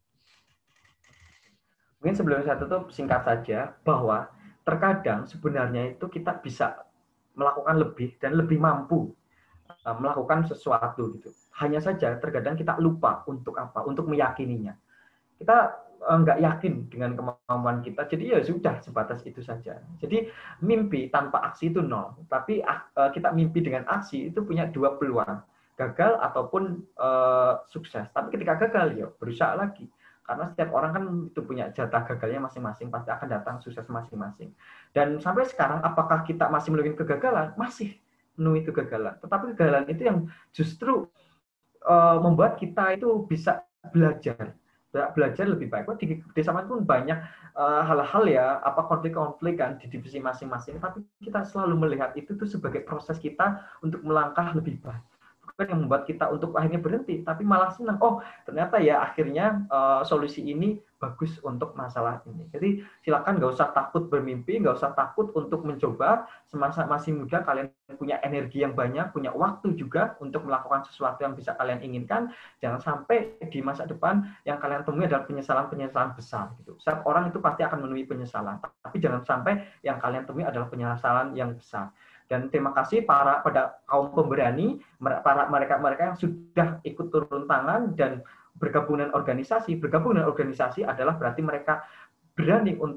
Speaker 2: Mungkin sebelum saya tutup singkat saja bahwa terkadang sebenarnya itu kita bisa melakukan lebih dan lebih mampu uh, melakukan sesuatu gitu. Hanya saja terkadang kita lupa untuk apa, untuk meyakininya. Kita uh, nggak yakin dengan kemampuan kita, jadi ya sudah sebatas itu saja. Jadi mimpi tanpa aksi itu nol. Tapi uh, kita mimpi dengan aksi itu punya dua peluang, gagal ataupun uh, sukses. Tapi ketika gagal ya berusaha lagi. Karena setiap orang kan itu punya jatah gagalnya masing-masing, pasti akan datang sukses masing-masing. Dan sampai sekarang apakah kita masih melalui kegagalan? Masih menemui kegagalan. Tetapi kegagalan itu yang justru uh, membuat kita itu bisa belajar belajar lebih baik. Di desa pun banyak uh, hal-hal ya, apa konflik-konflik kan di divisi masing-masing, tapi kita selalu melihat itu tuh sebagai proses kita untuk melangkah lebih baik. Bukan yang membuat kita untuk akhirnya berhenti, tapi malah senang. Oh, ternyata ya akhirnya uh, solusi ini bagus untuk masalah ini. Jadi silakan nggak usah takut bermimpi, nggak usah takut untuk mencoba. Semasa masih muda, kalian punya energi yang banyak, punya waktu juga untuk melakukan sesuatu yang bisa kalian inginkan. Jangan sampai di masa depan yang kalian temui adalah penyesalan-penyesalan besar. Gitu. Setiap orang itu pasti akan menemui penyesalan, tapi jangan sampai yang kalian temui adalah penyesalan yang besar. Dan terima kasih para pada kaum pemberani, para mereka-mereka yang sudah ikut turun tangan dan bergabung dengan organisasi. Bergabung dengan organisasi adalah berarti mereka berani untuk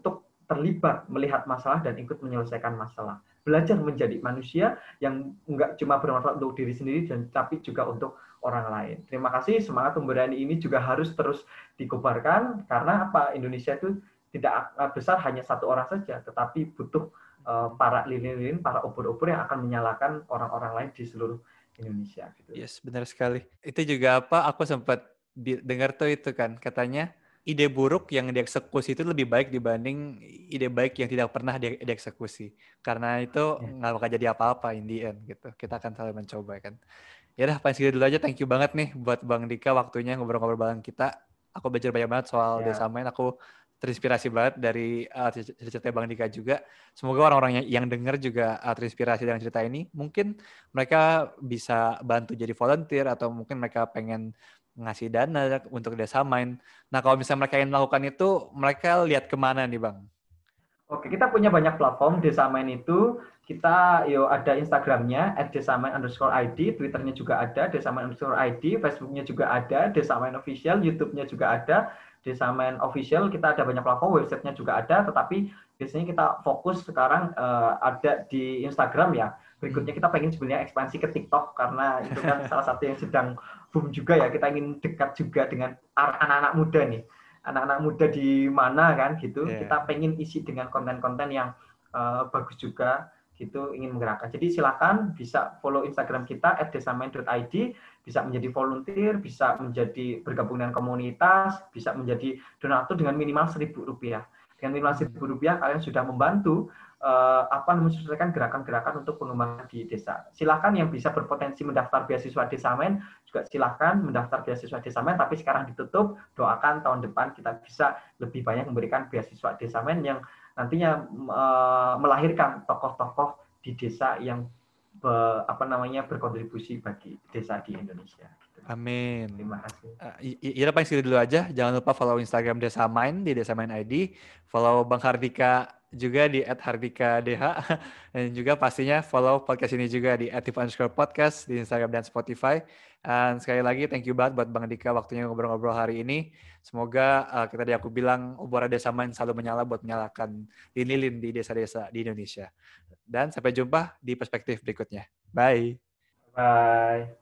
Speaker 2: terlibat, melihat masalah dan ikut menyelesaikan masalah. Belajar menjadi manusia yang enggak cuma bermanfaat untuk diri sendiri dan tapi juga untuk orang lain. Terima kasih, semangat pemberdayaan ini juga harus terus dikobarkan karena apa? Indonesia itu tidak besar hanya satu orang saja, tetapi butuh uh, para lilin-lilin, para ubur-ubur yang akan menyalakan orang-orang lain di seluruh Indonesia. Gitu.
Speaker 1: Yes, benar sekali. Itu juga apa? Aku sempat dengar tuh itu kan, katanya ide buruk yang dieksekusi itu lebih baik dibanding ide baik yang tidak pernah di- dieksekusi. Karena itu nggak bakal jadi apa-apa in the end gitu. Kita akan selalu mencoba kan. Ya udah, paling segitu dulu aja. Thank you banget nih buat Bang Dika waktunya ngobrol-ngobrol bareng kita. Aku belajar banyak banget soal
Speaker 2: Ya.
Speaker 1: desa main. Aku terinspirasi banget dari uh, cerita Bang Dika juga. Semoga orang-orang yang, yang dengar juga uh, terinspirasi dengan cerita ini. Mungkin mereka bisa bantu jadi volunteer atau mungkin mereka pengen ngasih dana untuk desa main. Nah, kalau misalnya mereka ingin melakukan itu, mereka lihat kemana nih, Bang?
Speaker 2: Oke, kita punya banyak platform Desa Main itu. Kita yo ada Instagramnya at desamain underscore id, Twitternya juga ada desamain underscore id, Facebooknya juga ada desamain official, YouTube-nya juga ada desamain official. Kita ada banyak platform, websitenya juga ada. Tetapi biasanya kita fokus sekarang uh, ada di Instagram ya. Berikutnya kita pengen sebenarnya ekspansi ke TikTok karena itu kan salah satu yang sedang boom juga ya. Kita ingin dekat juga dengan anak-anak muda nih. Anak-anak muda di mana kan gitu. Yeah. Kita pengen isi dengan konten-konten yang uh, bagus juga gitu, ingin menggerakkan. Jadi silakan bisa follow Instagram kita at desamain dot i d, bisa menjadi volunteer, bisa menjadi bergabung dengan komunitas, bisa menjadi donatur dengan minimal seribu rupiah. Dengan minimal seribu rupiah kalian sudah membantu Uh, apa menyelesaikan gerakan-gerakan untuk pengembangan di desa. Silakan yang bisa berpotensi mendaftar beasiswa Desa Main juga silakan mendaftar beasiswa Desa Main, tapi sekarang ditutup. Doakan tahun depan kita bisa lebih banyak memberikan beasiswa Desa Main yang nantinya uh, melahirkan tokoh-tokoh di desa yang be, apa namanya berkontribusi bagi desa di Indonesia.
Speaker 1: Amin.
Speaker 2: Terima kasih.
Speaker 1: Uh, iya, paling segitu dulu aja. Jangan lupa follow Instagram Desa Main di Desa Main I D. Follow Bang Hardika juga di at hardika d h. Dan juga pastinya follow podcast ini juga di active underscore podcast di Instagram dan Spotify. Dan sekali lagi thank you banget buat Bang Dika waktunya ngobrol-ngobrol hari ini. Semoga uh, kita tadi aku bilang obor Desa Main selalu menyala buat menyalakan lilin di desa-desa di Indonesia. Dan sampai jumpa di perspektif berikutnya. Bye.
Speaker 2: Bye.